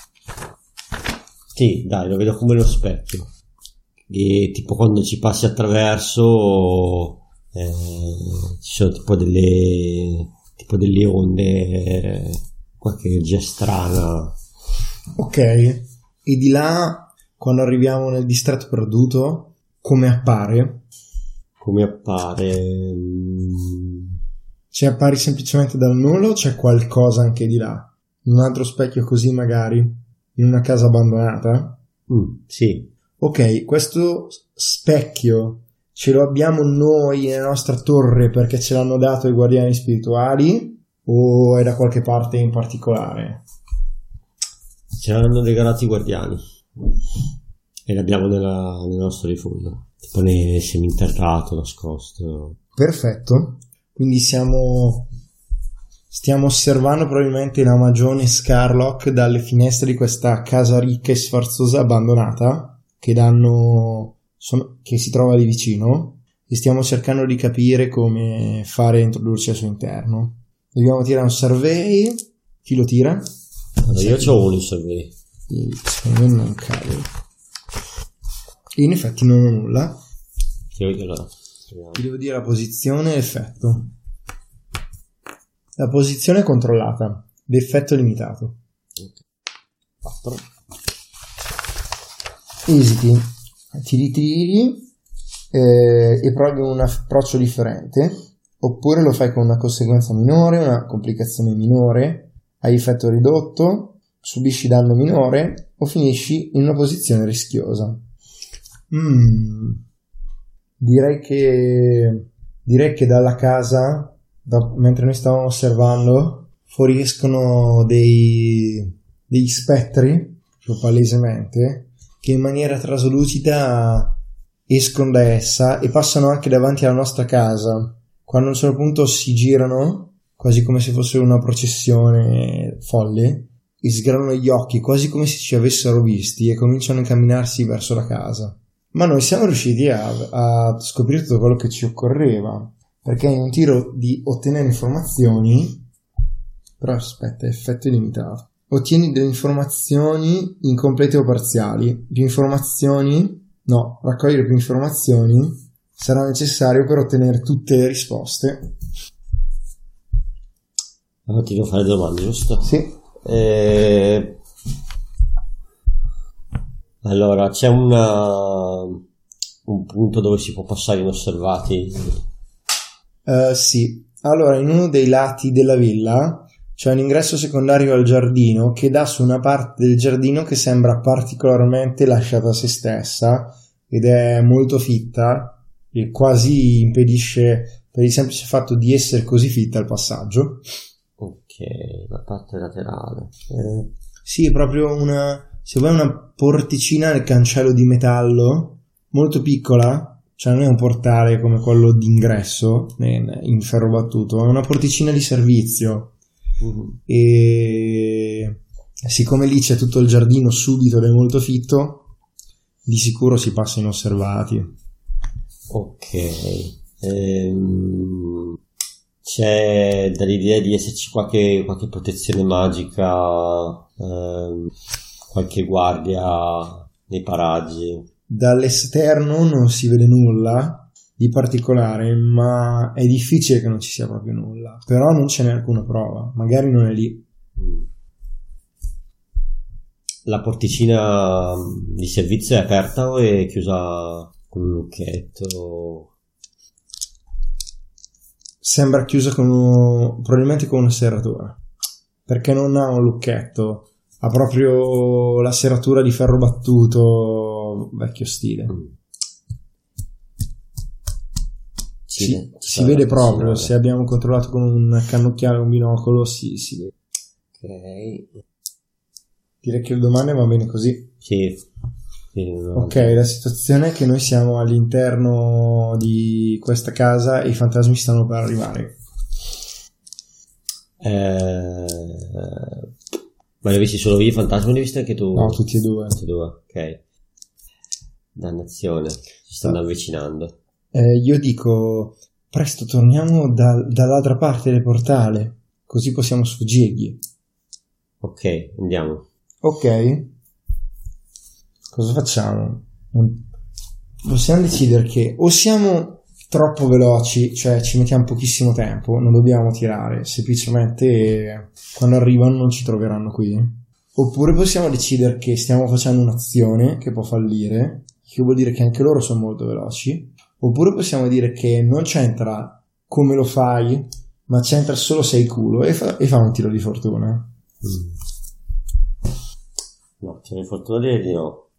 Sì, dai, lo vedo come uno specchio. E tipo quando ci passi attraverso eh, ci sono tipo delle tipo delle onde, eh, qualche energia strana. Ok, e di là, quando arriviamo nel distretto perduto, come appare? Come appare? mm, Cioè appari semplicemente dal nulla o c'è qualcosa anche di là? Un altro specchio così magari? In una casa abbandonata? mm, Sì. Ok, questo specchio ce lo abbiamo noi nella nostra torre perché ce l'hanno dato i guardiani spirituali o è da qualche parte in particolare? Ce l'hanno regalato i guardiani e l'abbiamo nella, nel nostro rifugio, tipo nel seminterrato nascosto. Perfetto, quindi siamo stiamo osservando probabilmente la magione Scarlock dalle finestre di questa casa ricca e sfarzosa abbandonata che danno sono, che si trova lì vicino e stiamo cercando di capire come fare a introdurci al suo interno. Dobbiamo tirare un survey. Chi lo tira? Allora, io c'ho uno in survey. Secondo me non cade. In effetti non ho nulla. Io, allora, Ti devo dire la posizione e l'effetto. La posizione è controllata, l'effetto è limitato. quattro. Esiti, ti ritiri eh, e provi un approccio differente, oppure lo fai con una conseguenza minore, una complicazione minore, hai effetto ridotto, subisci danno minore o finisci in una posizione rischiosa. Mm. Direi che direi che dalla casa, da, mentre noi stavamo osservando, fuoriescono dei degli spettri, proprio palesemente, che in maniera traslucida escono da essa e passano anche davanti alla nostra casa. Quando a un certo punto si girano, quasi come se fosse una processione folle, e sgranano gli occhi, quasi come se ci avessero visti, e cominciano a incamminarsi verso la casa. Ma noi siamo riusciti a, a scoprire tutto quello che ci occorreva, perché in un tiro di ottenere informazioni, però aspetta, effetto illimitato, ottieni delle informazioni incomplete o parziali. Più informazioni, no, raccogliere più informazioni sarà necessario per ottenere tutte le risposte. Allora ti devo fare domande, giusto? Sì. Eh... Allora, c'è una... un punto dove si può passare inosservati? Uh, sì. Allora, in uno dei lati della villa c'è un ingresso secondario al giardino che dà su una parte del giardino che sembra particolarmente lasciata a se stessa ed è molto fitta e quasi impedisce, per il semplice fatto di essere così fitta, il passaggio. Ok, la parte laterale. Eh... Sì, è proprio una... Se vuoi una porticina nel cancello di metallo, molto piccola, cioè non è un portale come quello d'ingresso in ferro battuto, è una porticina di servizio. Uh-huh. E siccome lì c'è tutto il giardino subito ed è molto fitto, di sicuro si passa inosservati. Ok. Ehm, c'è dall'idea di esserci qualche, qualche protezione magica, ehm, qualche guardia nei paraggi? Dall'esterno non si vede nulla di particolare, ma è difficile che non ci sia proprio nulla, però non ce n'è alcuna prova, magari non è lì. La porticina di servizio è aperta o è chiusa con un lucchetto? sembra chiusa con uno, probabilmente con una serratura, perché non ha un lucchetto, ha proprio la serratura di ferro battuto vecchio stile. Mm. Sì, si, si vede proprio, se abbiamo controllato con un cannocchiale o un binocolo si, si vede. Ok, direi che le domande va bene così. sì, sì no. Ok, la situazione è che noi siamo all'interno di questa casa e i fantasmi stanno per arrivare. Eh, ma li hai visti solo io i fantasmi o li hai visti anche tu? No, tutti e due. Tutti e due, ok. Dannazione, si stanno avvicinando. Eh, io dico, presto torniamo da, dall'altra parte del portale, così possiamo sfuggirgli. Ok, andiamo. Ok, cosa facciamo? Possiamo decidere che o siamo troppo veloci, cioè ci mettiamo pochissimo tempo, non dobbiamo tirare, semplicemente quando arrivano non ci troveranno qui, oppure possiamo decidere che stiamo facendo un'azione che può fallire, che vuol dire che anche loro sono molto veloci, oppure possiamo dire che non c'entra come lo fai, ma c'entra solo sei culo e fa, e fa un tiro di fortuna. Mm. No, tiro di fortuna direi no.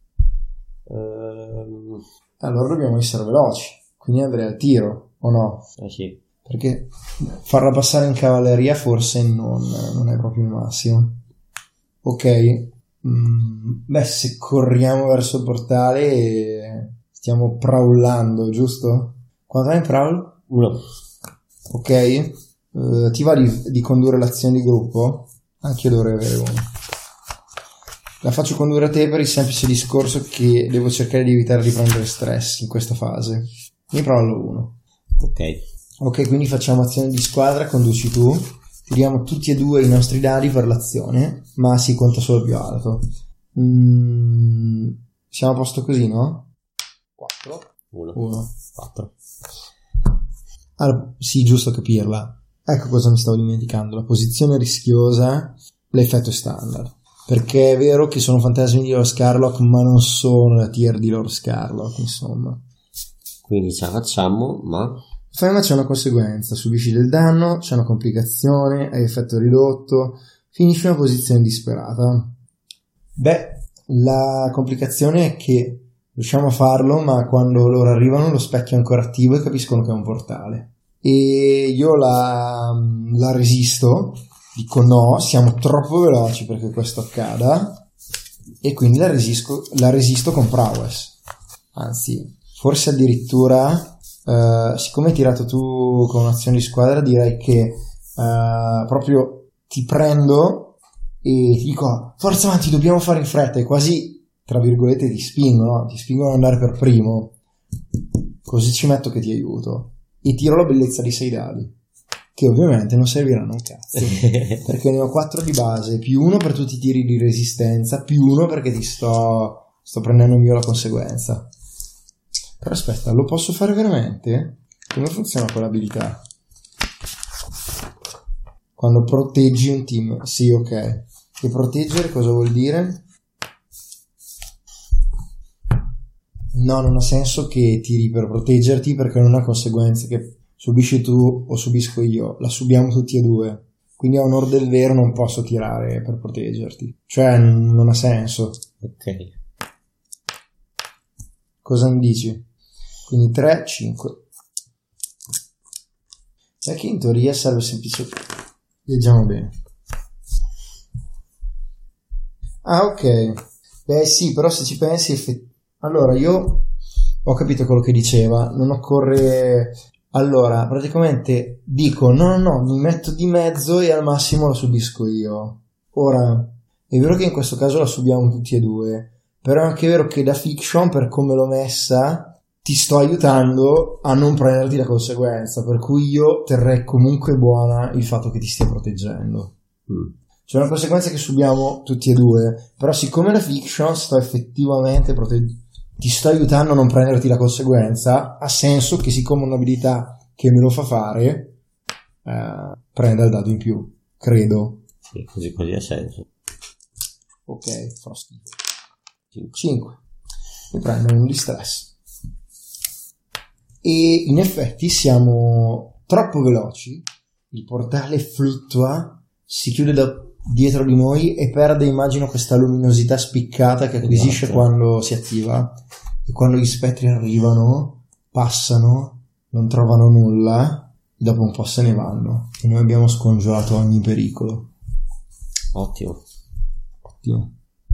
Ehm... Allora dobbiamo essere veloci, quindi andrei al tiro, o no? Eh sì. Perché farla passare in cavalleria forse non, non è proprio il massimo. Ok, mm, beh, se corriamo verso il portale e stiamo prowlando, giusto? Quanto è in prowl? Uno. Ok, uh, ti va di, di condurre l'azione di gruppo? Anche io dovrei avere uno. La faccio condurre a te per il semplice discorso che devo cercare di evitare di prendere stress in questa fase. Ne prollo uno. Ok. Ok, quindi facciamo azione di squadra, conduci tu. Tiriamo tutti e due i nostri dadi per l'azione, ma si conta solo il più alto. Mm, siamo a posto così, no? quattro. uno. uno. quattro. Allora, sì, giusto capirla. Ecco cosa mi stavo dimenticando. La posizione rischiosa, l'effetto standard. Perché è vero che sono fantasmi di Lord Scarlock, ma non sono la tier di Lord Scarlock, insomma. Quindi ce la facciamo, ma... Fai, c'è una conseguenza, subisci del danno, c'è una complicazione, hai effetto ridotto, finisci in una posizione disperata. Beh, la complicazione è che riusciamo a farlo, ma quando loro arrivano lo specchio è ancora attivo e capiscono che è un portale. E io la, la resisto, dico no, siamo troppo veloci perché questo accada, e quindi la, resisco, la resisto con prowess. Anzi, forse addirittura... Uh, siccome hai tirato tu con un'azione di squadra, direi che uh, proprio ti prendo e ti dico forza avanti, dobbiamo fare in fretta, e quasi tra virgolette ti spingono, no? Ti spingono ad andare per primo, così ci metto che ti aiuto e tiro la bellezza di sei dadi, che ovviamente non serviranno un cazzo perché ne ho quattro di base, più uno per tutti i tiri di resistenza, più uno perché ti sto sto prendendo io la conseguenza. Però aspetta, lo posso fare veramente? Come funziona quell'abilità? Quando proteggi un team? Sì, ok. E proteggere cosa vuol dire? No, non ha senso che tiri per proteggerti perché non ha conseguenze che subisci tu o subisco io. La subiamo tutti e due. Quindi a onor del vero non posso tirare per proteggerti. Cioè, non ha senso. Ok. Cosa mi dici? Quindi tre, cinque. E che in teoria serve semplicemente. Leggiamo bene. Ah, ok. Beh, sì, però se ci pensi. Effett... Allora, io ho capito quello che diceva. Non occorre. Allora, praticamente dico: no, no, no, mi metto di mezzo e al massimo la subisco io. Ora, è vero che in questo caso la subiamo tutti e due. Però è anche vero che da fiction, per come l'ho messa, ti sto aiutando a non prenderti la conseguenza, per cui io terrei comunque buona il fatto che ti stia proteggendo. Mm. C'è una conseguenza che subiamo tutti e due, però siccome la fiction sto effettivamente proteggendo, ti sto aiutando a non prenderti la conseguenza, ha senso che siccome un'abilità che me lo fa fare, eh, prenda il dado in più, credo. Sì, così così ha senso. Ok, Frosty. cinque. Mi prendo un di stress. E in effetti siamo troppo veloci, il portale fluttua, si chiude da dietro di noi e perde, immagino, questa luminosità spiccata che acquisisce esatto. quando si attiva, e quando gli spettri arrivano, passano, non trovano nulla, dopo un po' se ne vanno e noi abbiamo scongiurato ogni pericolo. Ottimo. Ottimo.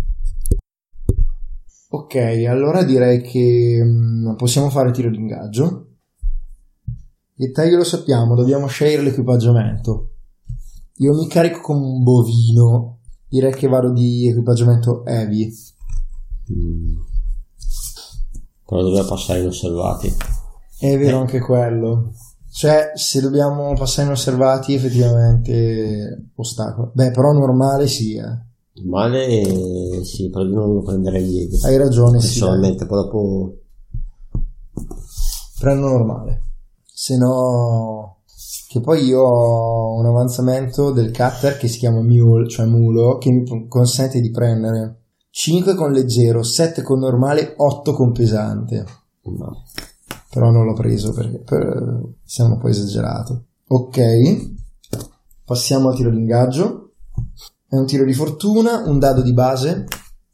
Ok, allora direi che mh, possiamo fare tiro d'ingaggio. Il taglio lo sappiamo, dobbiamo scegliere l'equipaggiamento. Io mi carico come un bovino, direi che vado di equipaggiamento heavy. Mm. Però dobbiamo passare inosservati. È vero anche quello. Cioè, se dobbiamo passare inosservati, effettivamente ostacolo. Beh, però normale sì, eh. Male sì, però non lo prenderei ieri. Hai ragione, sì. Personalmente, poi dopo prendo normale. Se no, che poi io ho un avanzamento del cutter che si chiama mule, cioè mulo, che mi consente di prendere cinque con leggero, sette con normale, otto con pesante. no. Però non l'ho preso perché per, siamo un po' esagerato. Ok, passiamo al tiro d'ingaggio. È un tiro di fortuna, un dado di base.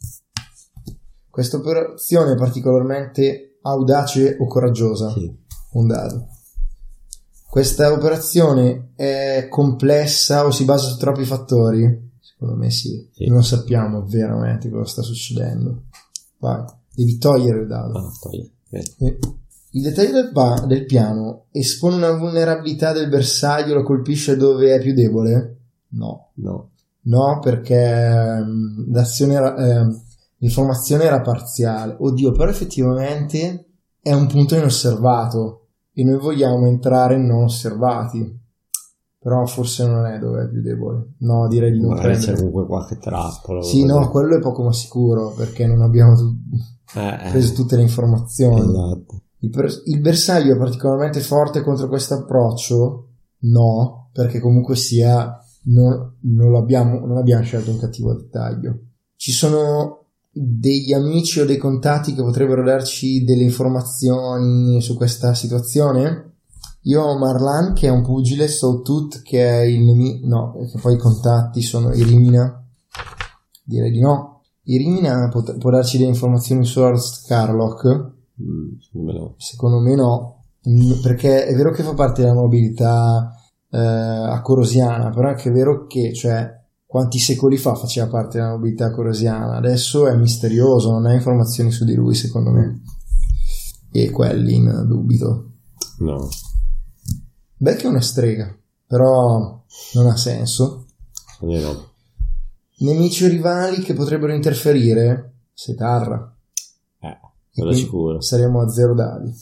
Questa operazione è particolarmente audace o coraggiosa. Sì. Un dado. Questa operazione è complessa o si basa su troppi fattori? Secondo me sì. Sì. Non sappiamo veramente cosa sta succedendo. Vai, devi togliere il dado. Ah, poi, okay. E il dettaglio del, pa- del piano espone una vulnerabilità del bersaglio, lo colpisce dove è più debole? No. No. No, perché mh, l'azione era, eh, l'informazione era parziale. Oddio, però effettivamente è un punto inosservato e noi vogliamo entrare non osservati. Però forse non è dove è più debole. No, direi di non Magari prendere. c'è comunque qualche trappola. Sì, no, quello è poco ma sicuro, perché non abbiamo tu- eh, preso tutte le informazioni. Esatto. Il, per- il bersaglio è particolarmente forte contro questo approccio? No, perché comunque sia non, non, l'abbiamo, non abbiamo scelto un cattivo dettaglio. Ci sono degli amici o dei contatti che potrebbero darci delle informazioni su questa situazione? Io ho Marlan che è un pugile, Sawtooth che è il nemico, no, che poi i contatti sono Irimina, direi di no. Irimina pot- può darci delle informazioni su Lord Scarlock? Mm, secondo me no. Secondo me no, Mm, perché è vero che fa parte della nobiltà eh, acorosiana, però è anche vero che, cioè, quanti secoli fa faceva parte della nobiltà acorosiana, adesso è misterioso, non ha informazioni su di lui secondo me, e Quellin dubito. No. Beh, che è una strega, però non ha senso. Secondo me no. Nemici o rivali che potrebbero interferire? Setarra. Eh, E quello quindi sicuro. saremo a zero dadi.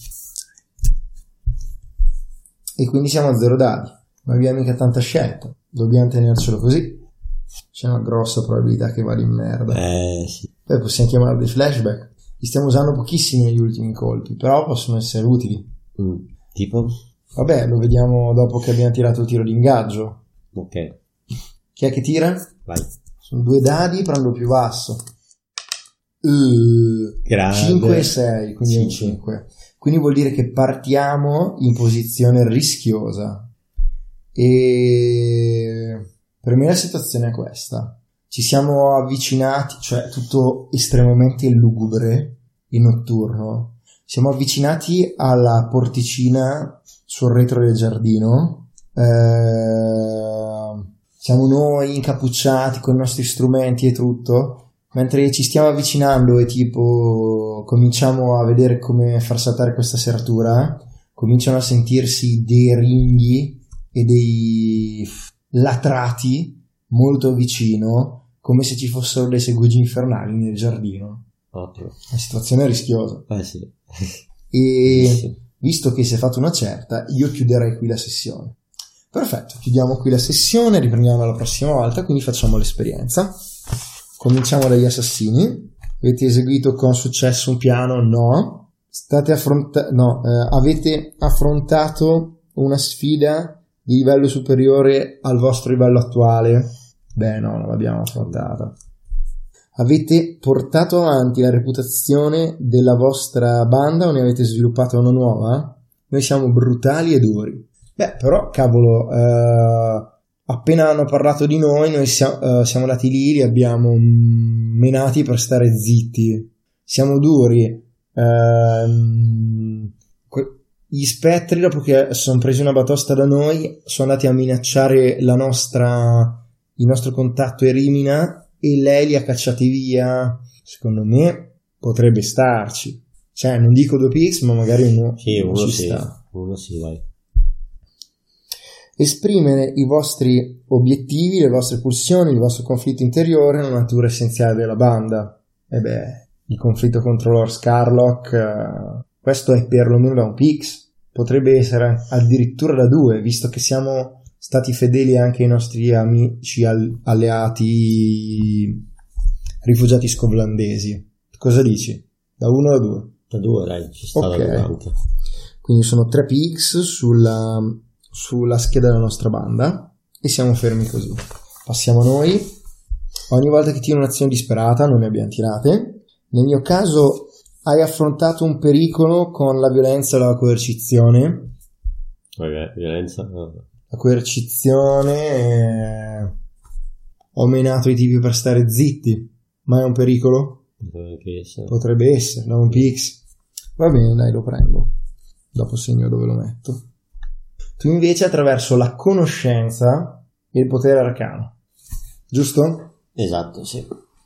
E quindi siamo a zero dadi. Non abbiamo mica tanta scelta. Dobbiamo tenercelo così. C'è una grossa probabilità che vada in merda. Eh, sì. Poi possiamo chiamarli dei flashback. Li stiamo usando pochissimi negli ultimi colpi, però possono essere utili. Mm, tipo? Vabbè, lo vediamo dopo che abbiamo tirato il tiro d'ingaggio. Ok. Chi è che tira? Vai. Sono due dadi, prendo il più basso. Uh, Grande. cinque e sei, quindi è un Sì. cinque. Quindi vuol dire che partiamo in posizione rischiosa. E per me la situazione è questa. Ci siamo avvicinati, cioè tutto estremamente lugubre e notturno. Siamo avvicinati alla porticina sul retro del giardino. Eh, siamo noi incappucciati con i nostri strumenti e tutto. Mentre ci stiamo avvicinando e tipo cominciamo a vedere come far saltare questa serratura, cominciano a sentirsi dei ringhi e dei latrati molto vicino, come se ci fossero dei segugi infernali nel giardino. Ottimo. La situazione è rischiosa. Eh sì. E Sì. visto che si è fatto una certa, io chiuderei qui la sessione. Perfetto, chiudiamo qui la sessione, riprendiamo la prossima volta, quindi facciamo l'esperienza. Cominciamo dagli assassini. Avete eseguito con successo un piano? No. State affronta- no, eh, avete affrontato una sfida di livello superiore al vostro livello attuale? Beh, no, non l'abbiamo affrontata. Avete portato avanti la reputazione della vostra banda o ne avete sviluppata una nuova? Noi siamo brutali e duri. Beh, però, cavolo, eh, appena hanno parlato di noi, noi siamo, eh, siamo andati lì, li abbiamo menati per stare zitti. Siamo duri. Ehm, que- gli spettri, dopo che sono presi una batosta da noi, sono andati a minacciare la nostra, il nostro contatto Erimina e lei li ha cacciati via. Secondo me potrebbe starci. Cioè, non dico due pix, ma magari uno, Sì, uno ci sì, sta. uno sì, dai. Esprimere i vostri obiettivi, le vostre pulsioni, il vostro conflitto interiore è una natura essenziale della banda. E beh, il conflitto contro Lord Scarlock, eh, questo è perlomeno da un pix, potrebbe essere addirittura da due, visto che siamo stati fedeli anche ai nostri amici al- alleati rifugiati scovlandesi. Cosa dici? Da uno o da due? Da due, dai, ci sta Ok. da due anche. Quindi sono tre pix sulla, sulla scheda della nostra banda e siamo fermi così. Passiamo a noi. Ogni volta che tiro un'azione disperata, non ne abbiamo tirate. Nel mio caso hai affrontato un pericolo con la violenza e la coercizione. Vabbè, violenza. No. La coercizione, eh, ho menato i tipi per stare zitti, ma è un pericolo? Potrebbe essere. Potrebbe essere, da un pix. Va bene, dai, lo prendo. Dopo segno dove lo metto. Tu invece attraverso la conoscenza e il potere arcano. Giusto? Esatto, sì.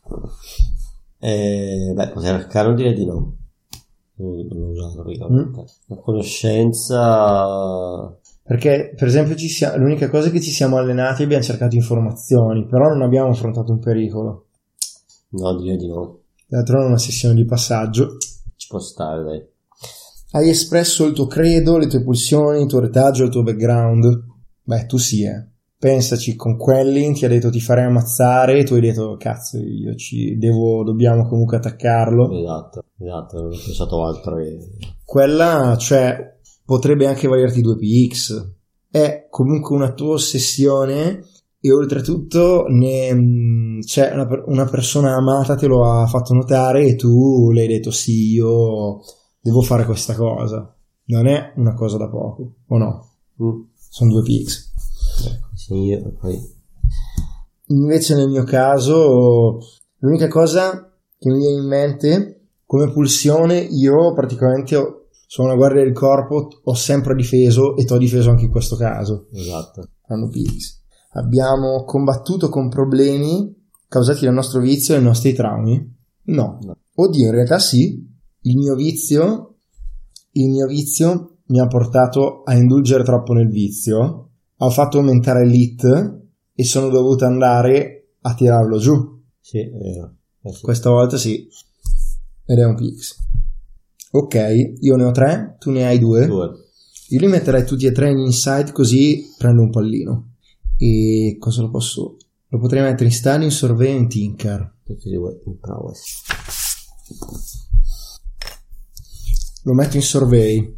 Eh, beh, poter arcano direi di no. Non, non l'ho usato praticamente. Mm. La conoscenza... Perché, per esempio, ci sia, l'unica cosa è che ci siamo allenati e abbiamo cercato informazioni, però non abbiamo affrontato un pericolo. No, direi di no. D'altronde è una sessione di passaggio. Ci può stare, dai. Hai espresso il tuo credo, le tue pulsioni, il tuo retaggio, il tuo background. Beh, tu sì, eh. Pensaci, con Quelling ti ha detto ti farei ammazzare e tu hai detto cazzo, io ci devo, dobbiamo comunque attaccarlo. Esatto, esatto, non ho pensato altro e... Quella, cioè, potrebbe anche valerti due px. È comunque una tua ossessione e oltretutto ne, c'è una, una persona amata te lo ha fatto notare e tu le hai detto sì, io devo fare questa cosa. Non è una cosa da poco, o no? Mm. Sono due px. Sì, io poi... Invece nel mio caso l'unica cosa che mi viene in mente come pulsione, io praticamente ho, sono una guardia del corpo, ho sempre difeso e ti ho difeso anche in questo caso. Esatto. Hanno pix. Abbiamo combattuto con problemi causati dal nostro vizio e dai nostri traumi? No. No. Oddio, in realtà sì. Il mio vizio il mio vizio mi ha portato a indulgere troppo nel vizio, ho fatto aumentare l'hit e sono dovuto andare a tirarlo giù. Sì, è vero. Eh sì. Questa volta sì. Ed è un pix. Ok, io ne ho tre, tu ne hai due. Due. Io li metterei tutti e tre in inside così prendo un pallino. E cosa lo posso... Lo potrei mettere in stun, in survey e in tinker. Tutti e due in prowess. Lo metto in survey.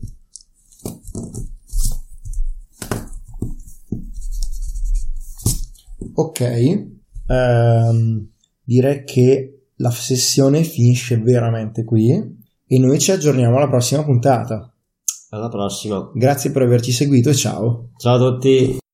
Ok. Ehm, direi che la sessione finisce veramente qui e noi ci aggiorniamo alla prossima puntata. Alla prossima. Grazie per averci seguito e ciao. Ciao a tutti.